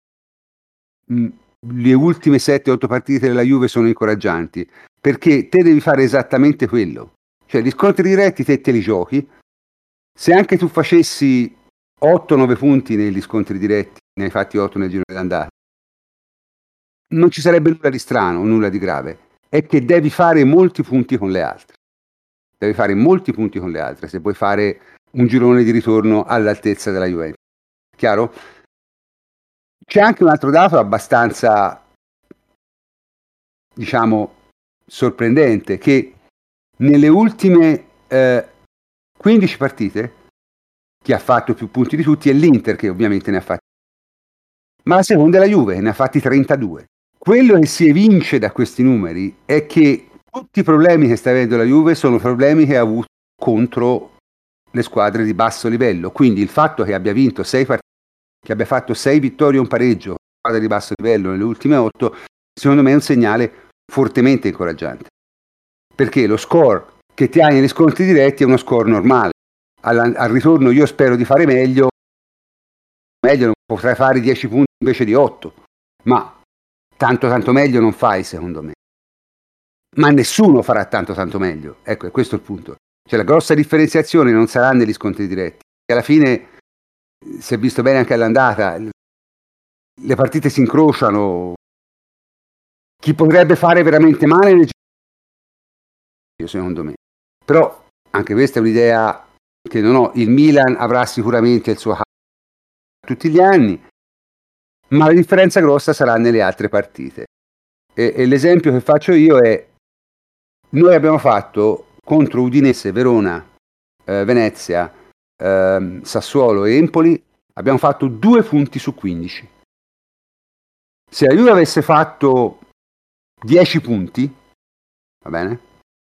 mh, le ultime sette otto partite della Juve sono incoraggianti, perché te devi fare esattamente quello. Cioè, gli scontri diretti te te li giochi. Se anche tu facessi otto nove punti negli scontri diretti, ne hai fatti otto nel giro d'andata, non ci sarebbe nulla di strano, nulla di grave. È che devi fare molti punti con le altre. Devi fare molti punti con le altre se vuoi fare un girone di ritorno all'altezza della Juventus. Chiaro? C'è anche un altro dato abbastanza, diciamo, sorprendente, che nelle ultime eh, quindici partite chi ha fatto più punti di tutti è l'Inter, che ovviamente ne ha fatti, ma la seconda è la Juve, che ne ha fatti trentadue. Quello che si evince da questi numeri è che tutti i problemi che sta avendo la Juve sono problemi che ha avuto contro le squadre di basso livello. Quindi il fatto che abbia vinto sei partite, che abbia fatto sei vittorie e un pareggio con squadre di basso livello nelle ultime otto, secondo me è un segnale fortemente incoraggiante. Perché lo score che ti hai negli scontri diretti è uno score normale. Al, al ritorno io spero di fare meglio, meglio non potrai fare dieci punti invece di otto, ma tanto tanto meglio non fai, secondo me. Ma nessuno farà tanto tanto meglio. Ecco, è questo il punto. Cioè la grossa differenziazione non sarà negli scontri diretti. E alla fine, si è visto bene anche all'andata, le partite si incrociano. Chi potrebbe fare veramente male nel giro, secondo me. Però anche questa è un'idea che non ho. Il Milan avrà sicuramente il suo caso tutti gli anni, ma la differenza grossa sarà nelle altre partite. E, e l'esempio che faccio io è: noi abbiamo fatto contro Udinese, Verona, eh, Venezia, eh, Sassuolo e Empoli, abbiamo fatto due punti su quindici. Se la Juve avesse fatto dieci punti, va bene,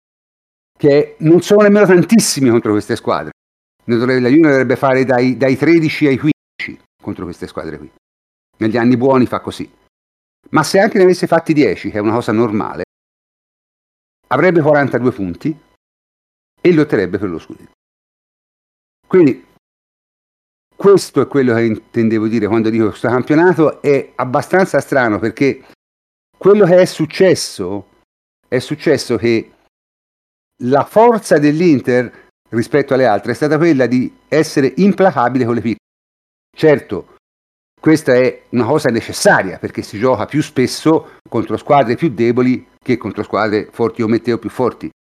che non sono nemmeno tantissimi contro queste squadre, la Juve dovrebbe fare dai, dai tredici ai quindici contro queste squadre qui. Negli anni buoni fa così. Ma se anche ne avesse fatti dieci, che è una cosa normale, avrebbe quarantadue punti e lotterebbe per lo scudetto. Quindi questo è quello che intendevo dire quando dico che questo campionato è abbastanza strano, perché quello che è successo è successo che la forza dell'Inter rispetto alle altre è stata quella di essere implacabile con le piccole. Certo, questa è una cosa necessaria, perché si gioca più spesso contro squadre più deboli che contro squadre forti come te o più forti.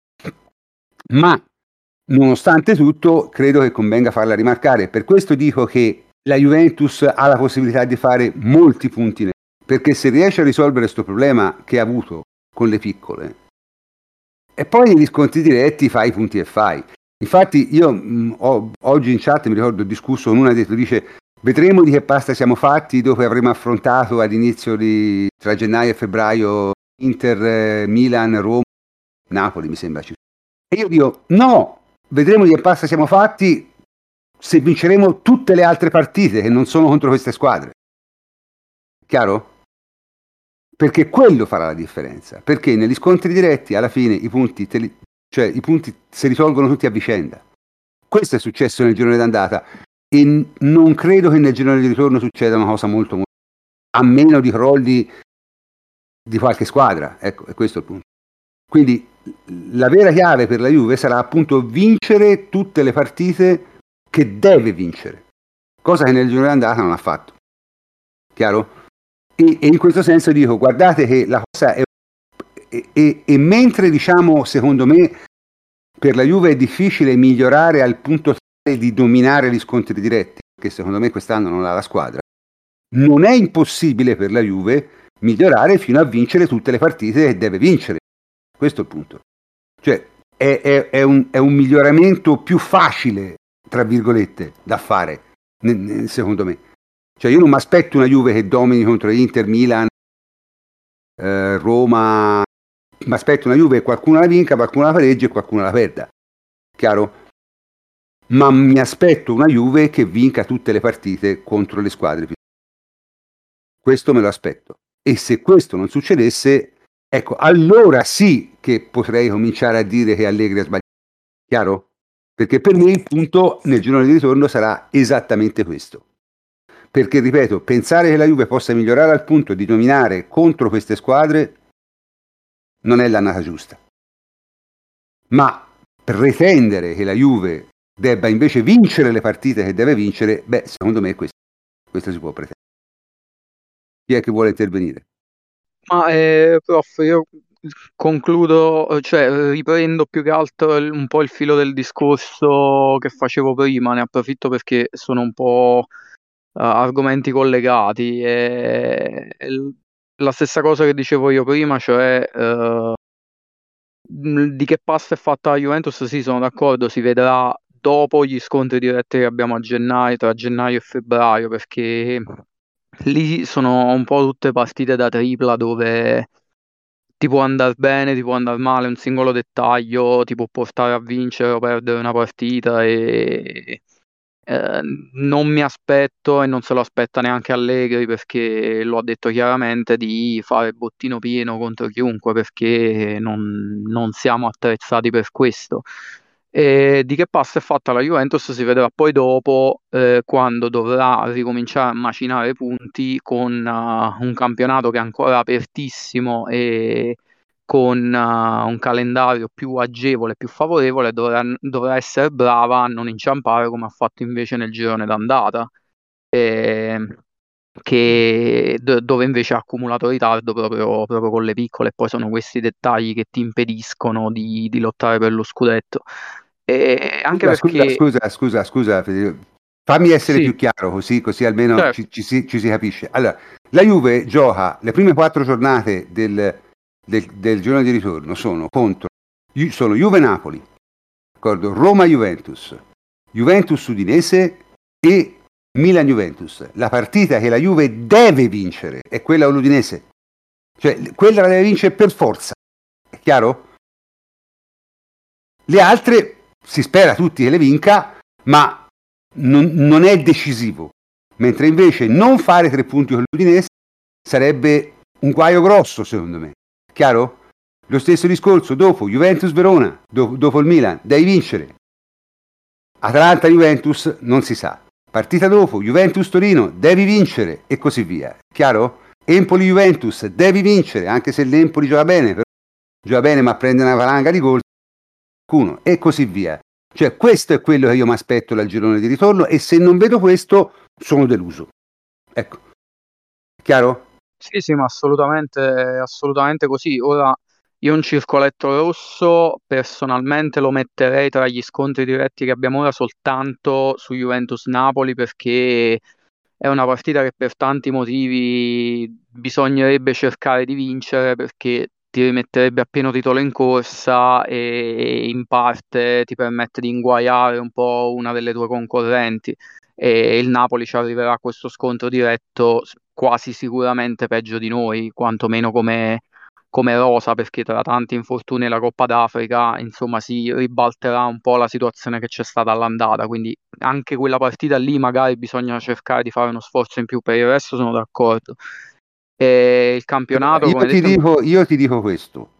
Ma nonostante tutto credo che convenga farla rimarcare. Per questo dico che la Juventus ha la possibilità di fare molti punti, perché se riesce a risolvere questo problema che ha avuto con le piccole, e poi negli scontri diretti fai i punti e fai. Infatti io mh, ho, oggi in chat mi ricordo ho discusso con una, ha detto, dice: vedremo di che pasta siamo fatti dopo che avremo affrontato all'inizio di tra gennaio e febbraio Inter, Milan, Roma, Napoli mi sembra. E io dico no, vedremo di che pasta siamo fatti se vinceremo tutte le altre partite che non sono contro queste squadre. Chiaro? Perché quello farà la differenza, perché negli scontri diretti alla fine i punti, te li, cioè i punti si risolvono tutti a vicenda. Questo è successo nel girone d'andata e non credo che nel girone di ritorno succeda una cosa molto, molto a meno di crolli di qualche squadra, ecco, è questo il punto. Quindi la vera chiave per la Juve sarà appunto vincere tutte le partite che deve vincere, cosa che nel girone d'andata non ha fatto. Chiaro? E, e in questo senso dico, guardate che la cosa è e, e, e mentre diciamo secondo me per la Juve è difficile migliorare al punto tale di dominare gli scontri diretti, perché secondo me quest'anno non ha la squadra, non è impossibile per la Juve migliorare fino a vincere tutte le partite che deve vincere. Questo è il punto. Cioè è, è, è, un, è un miglioramento più facile, tra virgolette, da fare, secondo me. Cioè io non mi aspetto una Juve che domini contro Inter, Milan, eh, Roma, mi aspetto una Juve che qualcuno la vinca, qualcuno la pareggia e qualcuno la perda. Chiaro? Ma mi aspetto una Juve che vinca tutte le partite contro le squadre più. Questo me lo aspetto. E se questo non succedesse, ecco, allora sì che potrei cominciare a dire che Allegri ha sbagliato. Chiaro? Perché per me il punto nel girone di ritorno sarà esattamente questo. Perché, ripeto, pensare che la Juve possa migliorare al punto di dominare contro queste squadre non è l'annata giusta. Ma pretendere che la Juve debba invece vincere le partite che deve vincere, beh, secondo me questo, questo si può pretendere. Chi è che vuole intervenire? Ma eh, prof, io concludo, cioè riprendo più che altro il- un po' il filo del discorso che facevo prima, ne approfitto perché sono un po' eh, argomenti collegati. E, e l- la stessa cosa che dicevo io prima, cioè eh, mh, di che pasta è fatta la Juventus, sì, sono d'accordo, si vedrà dopo gli scontri diretti che abbiamo a gennaio, tra gennaio e febbraio, perché lì sono un po' tutte partite da tripla dove ti può andare bene, ti può andare male, un singolo dettaglio ti può portare a vincere o perdere una partita e eh, non mi aspetto e non se lo aspetta neanche Allegri perché lo ha detto chiaramente di fare bottino pieno contro chiunque perché non, non siamo attrezzati per questo. E di che pasta è fatta la Juventus si vedrà poi dopo eh, quando dovrà ricominciare a macinare punti con uh, un campionato che è ancora apertissimo e con uh, un calendario più agevole, più favorevole, dovrà, dovrà essere brava a non inciampare come ha fatto invece nel girone d'andata, eh, che, do- dove invece ha accumulato ritardo proprio, proprio con le piccole, e poi sono questi dettagli che ti impediscono di, di lottare per lo scudetto. E anche Scusa, scusa, perché scusa, scusa, scusa, fammi essere Sì, più chiaro, così, così almeno certo. ci, ci si, ci si capisce. Allora, la Juve gioca le prime quattro giornate del, del, del girone di ritorno sono contro Ju- sono Juve-Napoli, d'accordo? Roma-Juventus, Juventus-Udinese e Milan-Juventus. La partita che la Juve deve vincere è quella con l'Udinese, cioè quella la deve vincere per forza, è chiaro? Le altre si spera tutti che le vinca, ma non, non è decisivo, mentre invece non fare tre punti con l'Udinese sarebbe un guaio grosso, secondo me, chiaro? Lo stesso discorso dopo Juventus-Verona, dopo, dopo il Milan, devi vincere. Atalanta-Juventus non si sa. Partita dopo, Juventus-Torino, devi vincere e così via. Chiaro? Empoli-Juventus, devi vincere, anche se l'Empoli gioca bene, però gioca bene ma prende una valanga di gol, qualcuno, e così via. Cioè questo è quello che io mi aspetto dal girone di ritorno e se non vedo questo sono deluso. Ecco, chiaro? Sì, sì, ma assolutamente, assolutamente così. Ora, io un circoletto rosso personalmente lo metterei tra gli scontri diretti che abbiamo ora soltanto su Juventus-Napoli perché è una partita che per tanti motivi bisognerebbe cercare di vincere perché ti rimetterebbe a pieno titolo in corsa e in parte ti permette di inguaiare un po' una delle tue concorrenti e il Napoli ci arriverà a questo scontro diretto s- quasi sicuramente peggio di noi, quantomeno come, come rosa, perché tra tanti infortuni e la Coppa d'Africa, insomma, si ribalterà un po' la situazione che c'è stata all'andata, quindi anche quella partita lì magari bisogna cercare di fare uno sforzo in più, per il resto sono d'accordo. E il Allora, campionato, io come ti detto, dico, io ti dico questo.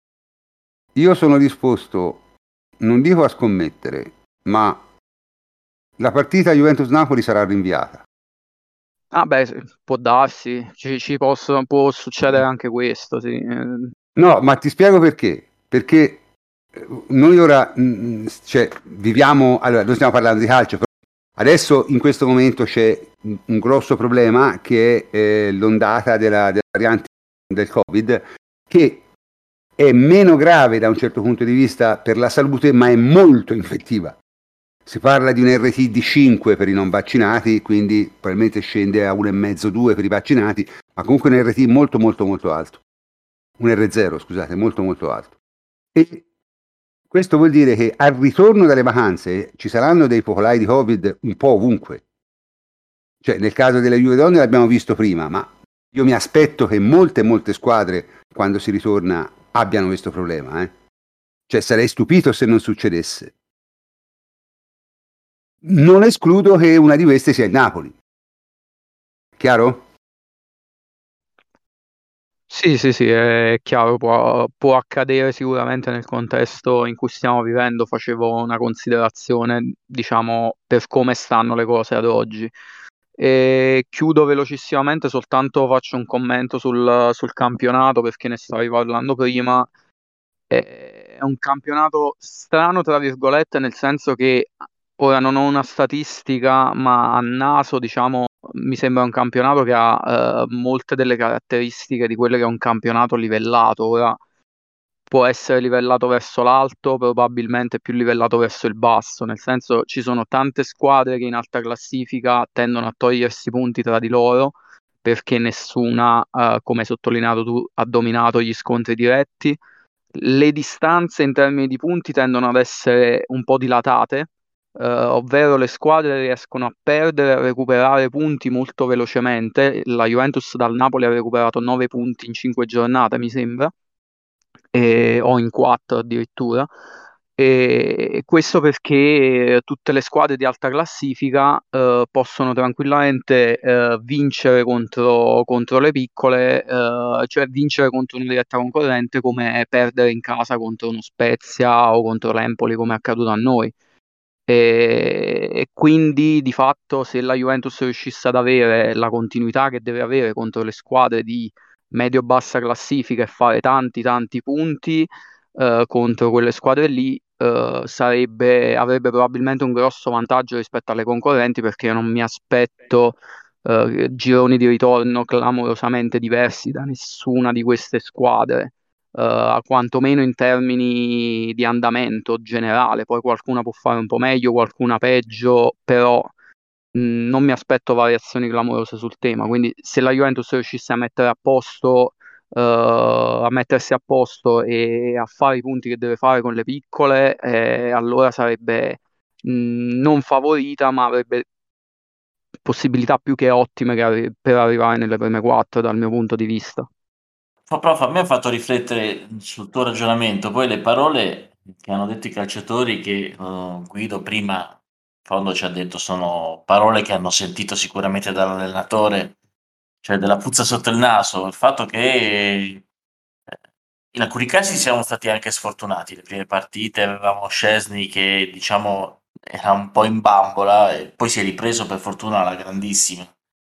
Io sono disposto, non dico a scommettere, ma la partita Juventus-Napoli sarà rinviata. ah beh, sì, può darsi, ci, ci possono- può succedere anche questo, sì. Eh, No, ma ti spiego perché. Perché eh, noi ora mm, cioè, viviamo, allora, noi stiamo parlando di calcio, però adesso in questo momento c'è un, un grosso problema che è eh, l'ondata della, della variante del Covid, che è meno grave da un certo punto di vista per la salute, ma è molto infettiva. Si parla di un R T di cinque per i non vaccinati, quindi probabilmente scende a uno virgola cinque due per i vaccinati, ma comunque un R T molto molto molto alto. Un R zero, scusate, molto molto alto. E questo vuol dire che al ritorno dalle vacanze ci saranno dei focolai di Covid un po' ovunque. Cioè, nel caso delle Juve donne l'abbiamo visto prima, ma io mi aspetto che molte molte squadre, quando si ritorna, abbiano questo problema. Eh? Cioè, sarei stupito se non succedesse. Non escludo che una di queste sia il Napoli. Chiaro? Sì, sì, sì, è chiaro, può, può accadere sicuramente nel contesto in cui stiamo vivendo. Facevo una considerazione, diciamo, per come stanno le cose ad oggi. E chiudo velocissimamente, soltanto faccio un commento sul, sul campionato perché ne stavi parlando prima. È un campionato strano, tra virgolette, nel senso che ora non ho una statistica, ma a naso, diciamo, mi sembra un campionato che ha eh, molte delle caratteristiche di quelle che è un campionato livellato. Ora può essere livellato verso l'alto, probabilmente più livellato verso il basso, nel senso ci sono tante squadre che in alta classifica tendono a togliersi punti tra di loro perché nessuna, eh, come hai sottolineato tu, ha dominato gli scontri diretti. Le distanze in termini di punti tendono ad essere un po' dilatate, eh, ovvero le squadre riescono a perdere e a recuperare punti molto velocemente. La Juventus dal Napoli ha recuperato nove punti in cinque giornate, mi sembra, e- o in quattro addirittura. E questo perché tutte le squadre di alta classifica eh, possono tranquillamente eh, vincere contro, contro le piccole, eh, cioè vincere contro una diretta concorrente come perdere in casa contro uno Spezia o contro l'Empoli come è accaduto a noi. E, e quindi di fatto se la Juventus riuscisse ad avere la continuità che deve avere contro le squadre di medio-bassa classifica e fare tanti tanti punti eh, contro quelle squadre lì, eh, sarebbe, avrebbe probabilmente un grosso vantaggio rispetto alle concorrenti perché io non mi aspetto eh, gironi di ritorno clamorosamente diversi da nessuna di queste squadre, eh, quantomeno in termini di andamento generale. Poi qualcuna può fare un po' meglio, qualcuna peggio, però mh, non mi aspetto variazioni clamorose sul tema, quindi se la Juventus riuscisse a mettere a posto, eh, a mettersi a posto e a fare i punti che deve fare con le piccole, eh, allora sarebbe mh, non favorita, ma avrebbe possibilità più che ottime che arri- per arrivare nelle prime quattro dal mio punto di vista. Fa- Prof, a me ha fatto riflettere sul tuo ragionamento, poi le parole che hanno detto i calciatori che eh, Guido prima in fondo ci ha detto sono parole che hanno sentito sicuramente dall'allenatore, cioè della puzza sotto il naso, il fatto che eh, in alcuni casi siamo stati anche sfortunati, le prime partite avevamo Szczesny che diciamo era un po' in bambola e poi si è ripreso per fortuna alla grandissima.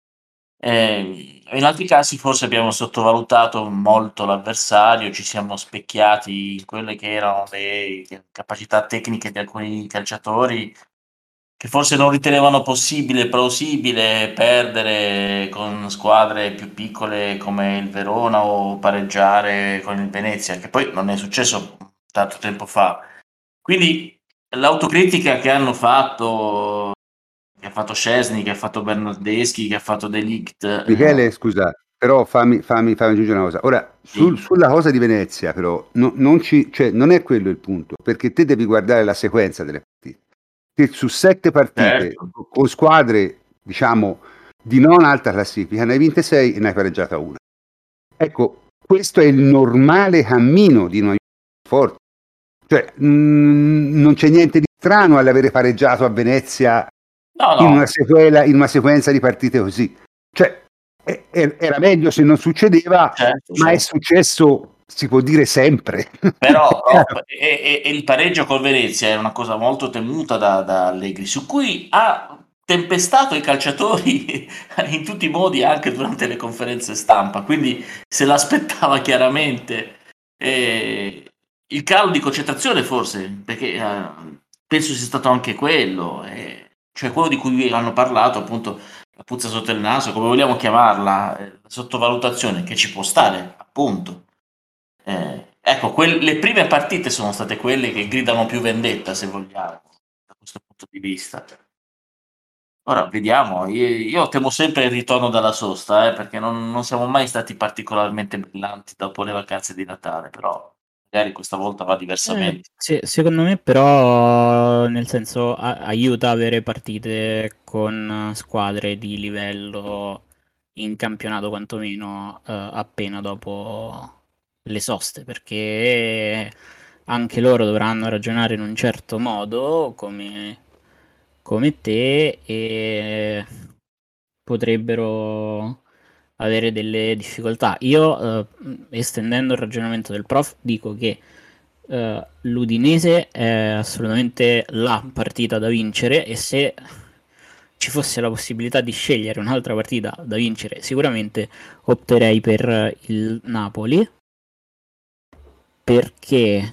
Ehm, in altri casi forse abbiamo sottovalutato molto l'avversario, ci siamo specchiati in quelle che erano le capacità tecniche di alcuni calciatori che forse non ritenevano possibile, plausibile perdere con squadre più piccole come il Verona o pareggiare con il Venezia, che poi non è successo tanto tempo fa. Quindi l'autocritica che hanno fatto, che ha fatto Szczesny, che ha fatto Bernardeschi, che ha fatto De Ligt, eh, Michele, scusa, però fammi, fammi, fammi aggiungere una cosa. Ora, sul- sì, sulla cosa di Venezia, però, no- non, ci, cioè, non è quello il punto, perché te devi guardare la sequenza delle partite. Che su sette partite certo. con squadre, diciamo, di non alta classifica, ne hai vinte sei e ne hai pareggiata una. Ecco, questo è il normale cammino di una Juventus forte. Cioè, mh, non c'è niente di strano all'avere pareggiato a Venezia No, in una no, sequela, in una sequenza di partite così. Cioè, è- è- era meglio se non succedeva, certo, ma è certo. successo, si può dire, sempre. Però, Chiaro? prof, e, e- e il pareggio col Venezia è una cosa molto temuta da, da Allegri, su cui ha tempestato i calciatori in tutti i modi anche durante le conferenze stampa, quindi se l'aspettava chiaramente. E il calo di concentrazione forse, perché eh, penso sia stato anche quello, eh, cioè quello di cui hanno parlato, appunto, la puzza sotto il naso, come vogliamo chiamarla, eh, la sottovalutazione che ci può stare, appunto. Eh, ecco, quel- le prime partite sono state quelle che gridano più vendetta, se vogliamo, da questo punto di vista. Ora vediamo, io, io temo sempre il ritorno dalla sosta, eh, perché non, non siamo mai stati particolarmente brillanti dopo le vacanze di Natale, però magari questa volta va Eh, diversamente. se- secondo me però, nel senso, a- aiuta avere partite con squadre di livello in campionato quantomeno eh, appena dopo le soste, perché anche loro dovranno ragionare in un certo modo come, come te e potrebbero avere delle difficoltà. Io, eh, estendendo il ragionamento del prof, dico che eh, l'Udinese è assolutamente la partita da vincere e se ci fosse la possibilità di scegliere un'altra partita da vincere, sicuramente opterei per il Napoli perché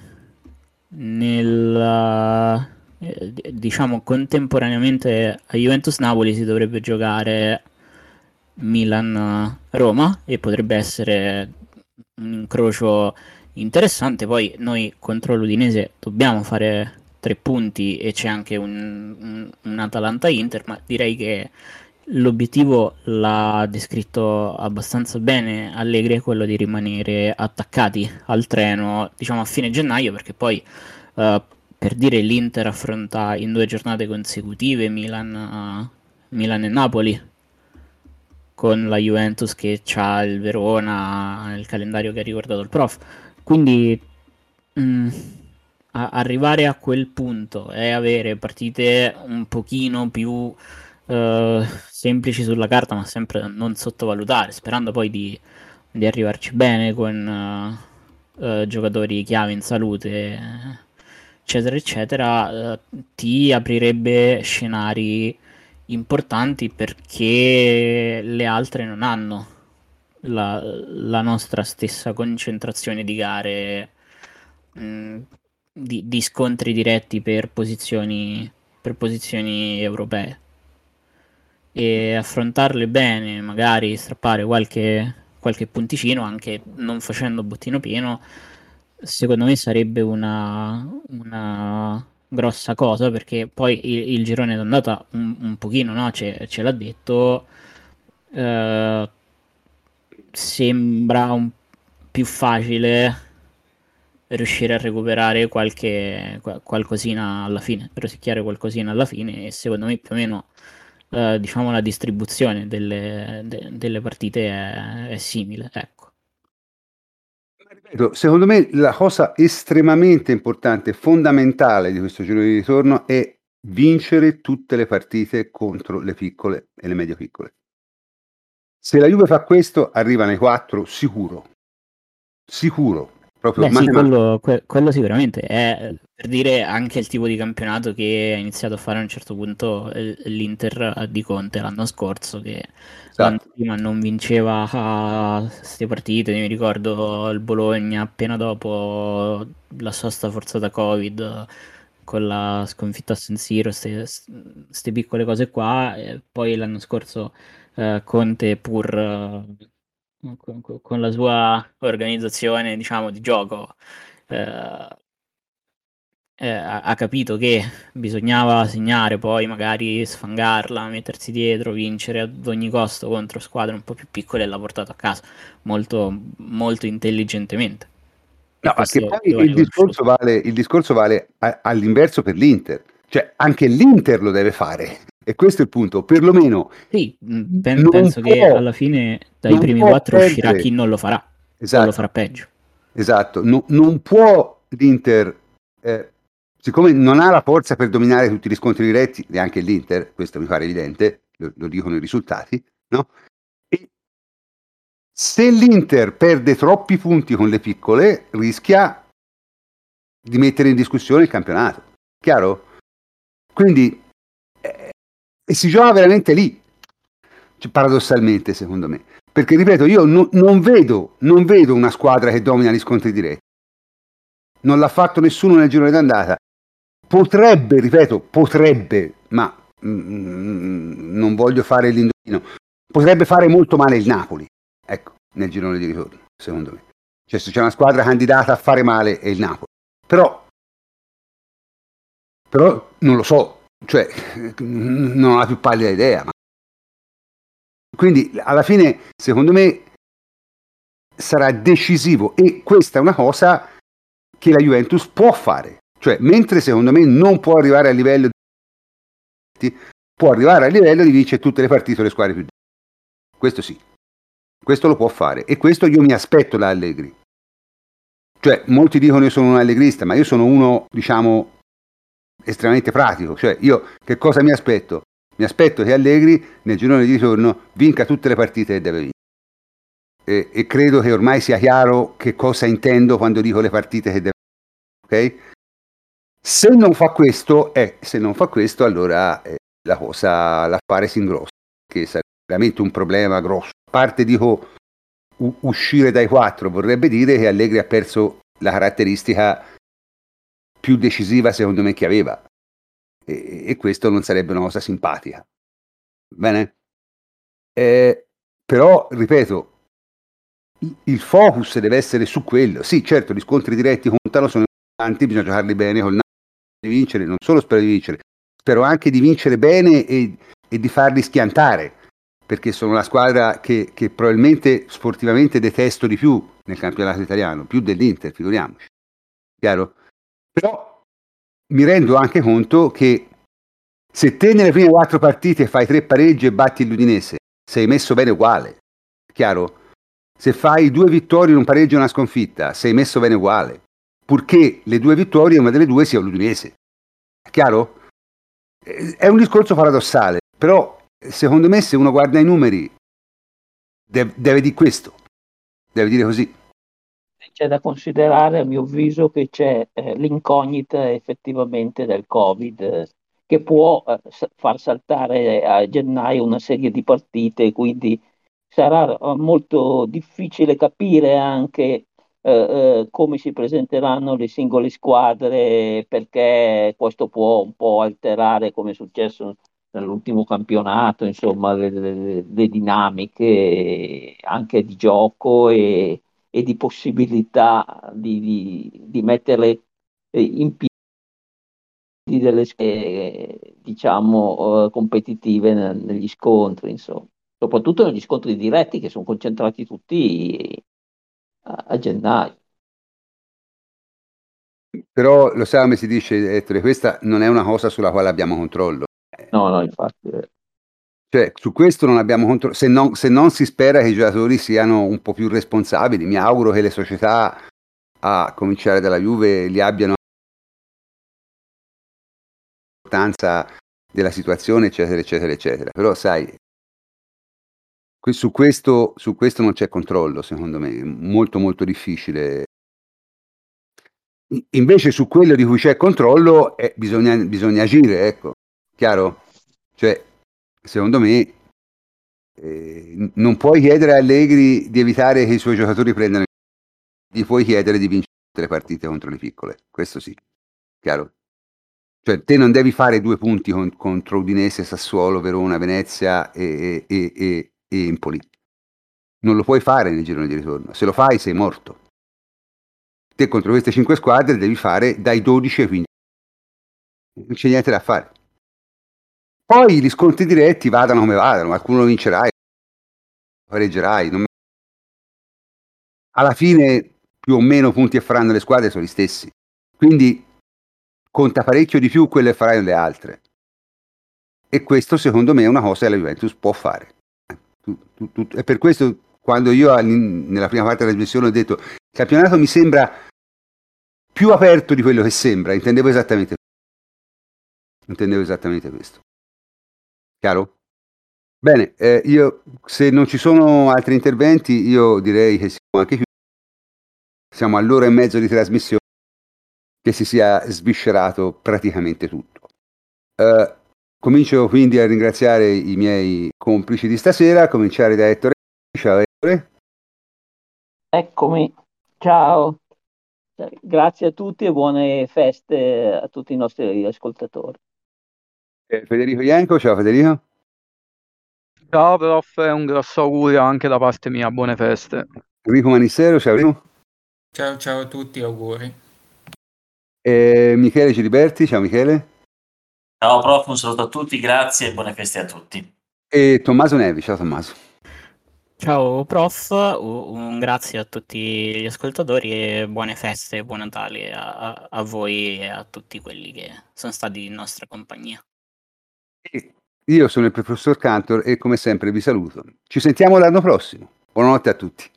nel eh, diciamo contemporaneamente a Juventus-Napoli si dovrebbe giocare Milan-Roma e potrebbe essere un incrocio interessante. Poi noi contro l'Udinese dobbiamo fare tre punti e c'è anche un, un, un Atalanta-Inter, ma direi che l'obiettivo l'ha descritto abbastanza bene Allegri, è quello di rimanere attaccati al treno, diciamo a fine gennaio, perché poi uh, per dire l'Inter affronta in due giornate consecutive Milan, uh, Milan e Napoli, con la Juventus che ha il Verona, il calendario che ha ricordato il prof. Quindi mh, a- arrivare a quel punto e avere partite un pochino più eh, semplici sulla carta, ma sempre da non sottovalutare, sperando poi di, di arrivarci bene con eh, eh, giocatori chiave in salute, eccetera, eccetera, eh, ti aprirebbe scenari importanti perché le altre non hanno la, la nostra stessa concentrazione di gare, mh, di, di scontri diretti per posizioni, per posizioni europee e affrontarle bene, magari strappare qualche, qualche punticino anche non facendo bottino pieno, secondo me sarebbe una, una grossa cosa, perché poi il, il girone d'andata un, un pochino, no, ce, ce l'ha detto, eh, sembra un più facile riuscire a recuperare qualche qual- qualcosina alla fine, rosicchiare qualcosina alla fine, e secondo me più o meno eh, diciamo la distribuzione delle, de- delle partite è, è simile, ecco. Ripeto, secondo me la cosa estremamente importante, fondamentale di questo giro di ritorno è vincere tutte le partite contro le piccole e le medio piccole. Se la Juve fa questo, arriva nei quattro sicuro, sicuro, proprio Beh sì, matematico. quello, que- quello sicuramente è, per dire, anche il tipo di campionato che ha iniziato a fare a un certo punto eh, l'Inter di Conte l'anno scorso, che l'anno Esatto. prima non vinceva queste partite. Mi ricordo il Bologna appena dopo la sosta forzata Covid, con la sconfitta a San Siro, queste piccole cose qua, e poi l'anno scorso eh, Conte, pur eh, con, con- con la sua organizzazione, diciamo, di gioco, eh, eh, ha, ha capito che bisognava segnare, poi magari sfangarla, mettersi dietro, vincere ad ogni costo contro squadre un po' più piccole, e l'ha portato a casa molto, molto intelligentemente. E No, ma che questo poi gli va il riconosciuto. discorso vale, il discorso vale a- all'inverso per l'Inter, cioè anche l'Inter lo deve fare, e questo è il punto, perlomeno Sì, mh, pen- non penso che può, alla fine dai non primi può quattro uscirà perdere, chi non lo farà, o lo esatto, farà peggio. esatto, no- non può l'Inter, eh, siccome non ha la forza per dominare tutti gli scontri diretti, neanche l'Inter, questo mi pare evidente, lo, lo dicono i risultati, no? E se l'Inter perde troppi punti con le piccole, rischia di mettere in discussione il campionato, chiaro? Quindi eh, e si gioca veramente lì, cioè, paradossalmente secondo me, perché ripeto, io no- non vedo, non vedo una squadra che domina gli scontri diretti, non l'ha fatto nessuno nel girone d'andata, potrebbe, ripeto, potrebbe, ma mm, non voglio fare l'indovino, potrebbe fare molto male il Napoli, ecco, nel girone di ritorno, secondo me. Cioè se c'è una squadra candidata a fare male è il Napoli, però però non lo so, cioè non ho la più pallida idea, ma quindi alla fine secondo me sarà decisivo, e questa è una cosa che la Juventus può fare, cioè mentre secondo me non può arrivare a livello di, può arrivare a livello di vincere tutte le partite le squadre più deboli, questo sì, questo lo può fare, e questo io mi aspetto da Allegri. Cioè molti dicono io sono un allegrista, ma io sono uno, diciamo, estremamente pratico, cioè io che cosa mi aspetto? Mi aspetto che Allegri nel girone di ritorno vinca tutte le partite che deve vincere, e, e credo che ormai sia chiaro che cosa intendo quando dico le partite che deve vincere, ok? Se non fa questo, eh, se non fa questo allora eh, la cosa, l'affare si ingrossa, che sarebbe veramente un problema grosso. A parte dico u- uscire dai quattro, vorrebbe dire che Allegri ha perso la caratteristica più decisiva secondo me che aveva, e, e questo non sarebbe una cosa simpatica. Bene? Eh, però, ripeto, il- il focus deve essere su quello. Sì, certo, gli scontri diretti contano, sono importanti, bisogna giocarli bene con il Napoli, di vincere, non solo spero di vincere, spero anche di vincere bene e, e di farli schiantare, perché sono la squadra che, che probabilmente sportivamente detesto di più nel campionato italiano, più dell'Inter, figuriamoci. Chiaro? Però mi rendo anche conto che se te nelle prime quattro partite fai tre pareggi e batti l'Udinese, sei messo bene uguale, chiaro? Se fai due vittorie, un pareggio e una sconfitta, sei messo bene uguale, purché le due vittorie, una delle due sia l'Udinese, chiaro? Eh, È un discorso paradossale, però secondo me se uno guarda i numeri deve, deve dire questo, deve dire così. C'è da considerare, a mio avviso, che c'è eh, l'incognita effettivamente del Covid, eh, che può eh, s- far saltare a gennaio una serie di partite, quindi sarà eh, molto difficile capire anche eh, eh, come si presenteranno le singole squadre, perché questo può un po' alterare, come è successo nell'ultimo campionato, insomma, le, le- le dinamiche anche di gioco e e di possibilità di, di, di mettere eh, in delle eh, diciamo eh, competitive ne- negli scontri, insomma, soprattutto negli scontri diretti che sono concentrati tutti a, a gennaio. Però lo sai come si dice, Ettore, questa non è una cosa sulla quale abbiamo controllo. No, no, infatti. eh. Cioè, su questo non abbiamo controllo. Se non, se non si spera che i giocatori siano un po' più responsabili, mi auguro che le società, a cominciare dalla Juve, li abbiano importanza della situazione, eccetera, eccetera, eccetera. Però, sai, que- su questo, su questo non c'è controllo, secondo me, è molto, molto difficile. I- Invece su quello di cui c'è controllo eh, bisogna, bisogna agire, ecco, chiaro? Cioè, secondo me, eh, n- non puoi chiedere a Allegri di evitare che i suoi giocatori prendano, gli puoi chiedere di vincere le partite contro le piccole, questo sì, chiaro? Cioè, te non devi fare due punti con- contro Udinese, Sassuolo, Verona, Venezia e, e- e- e Empoli. Non lo puoi fare nel girone di ritorno. Se lo fai, sei morto. Te contro queste cinque squadre devi fare dai dodici ai quindici. Non c'è niente da fare. Poi gli scontri diretti vadano come vadano, qualcuno vincerai, pareggerai. non- Alla fine più o meno punti che faranno le squadre sono gli stessi. Quindi conta parecchio di più quello che farai nelle altre. E questo secondo me è una cosa che la Juventus può fare. Tu- tu- tu- E per questo quando io all'in- nella prima parte della trasmissione ho detto il campionato mi sembra più aperto di quello che sembra, intendevo esattamente intendevo esattamente questo. Chiaro? Bene, eh, io se non ci sono altri interventi, io direi che siamo anche chiusi. Siamo all'ora e mezzo di trasmissione, che si sia sviscerato praticamente tutto. Eh, comincio quindi a ringraziare i miei complici di stasera, a cominciare da Ettore. Ciao Ettore. Eccomi, ciao. Grazie a tutti e buone feste a tutti i nostri ascoltatori. Eh, Federico Ianco, ciao Federico. Ciao prof, un grosso augurio anche da parte mia, buone feste. Enrico Manissero, ciao Enrico. Ciao ciao a tutti, auguri. E Michele Giliberti, ciao Michele. Ciao prof, un saluto a tutti, grazie e buone feste a tutti. E Tommaso Nevi, ciao Tommaso. Ciao prof, u- un grazie a tutti gli ascoltatori e buone feste, buon Natale a, a- a voi e a tutti quelli che sono stati in nostra compagnia. E io sono il professor Cantor e come sempre vi saluto. Ci sentiamo l'anno prossimo. Buonanotte a tutti.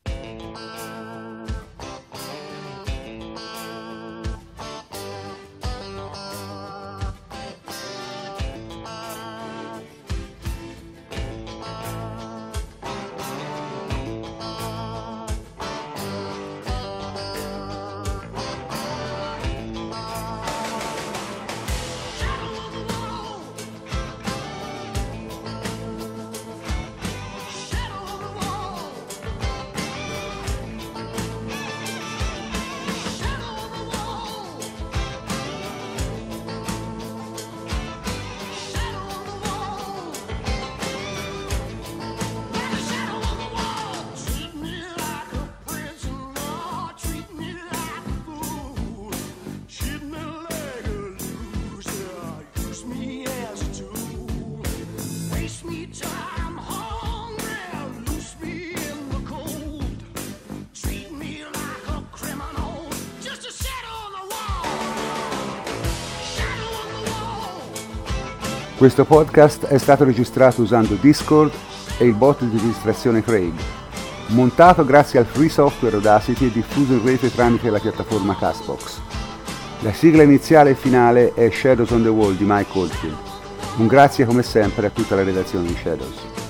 Questo podcast è stato registrato usando Discord e il bot di registrazione Craig, montato grazie al free software Audacity e diffuso in rete tramite la piattaforma Castbox. La sigla iniziale e finale è Shadows on the Wall di Mike Oldfield. Un grazie come sempre a tutta la redazione di Shadows.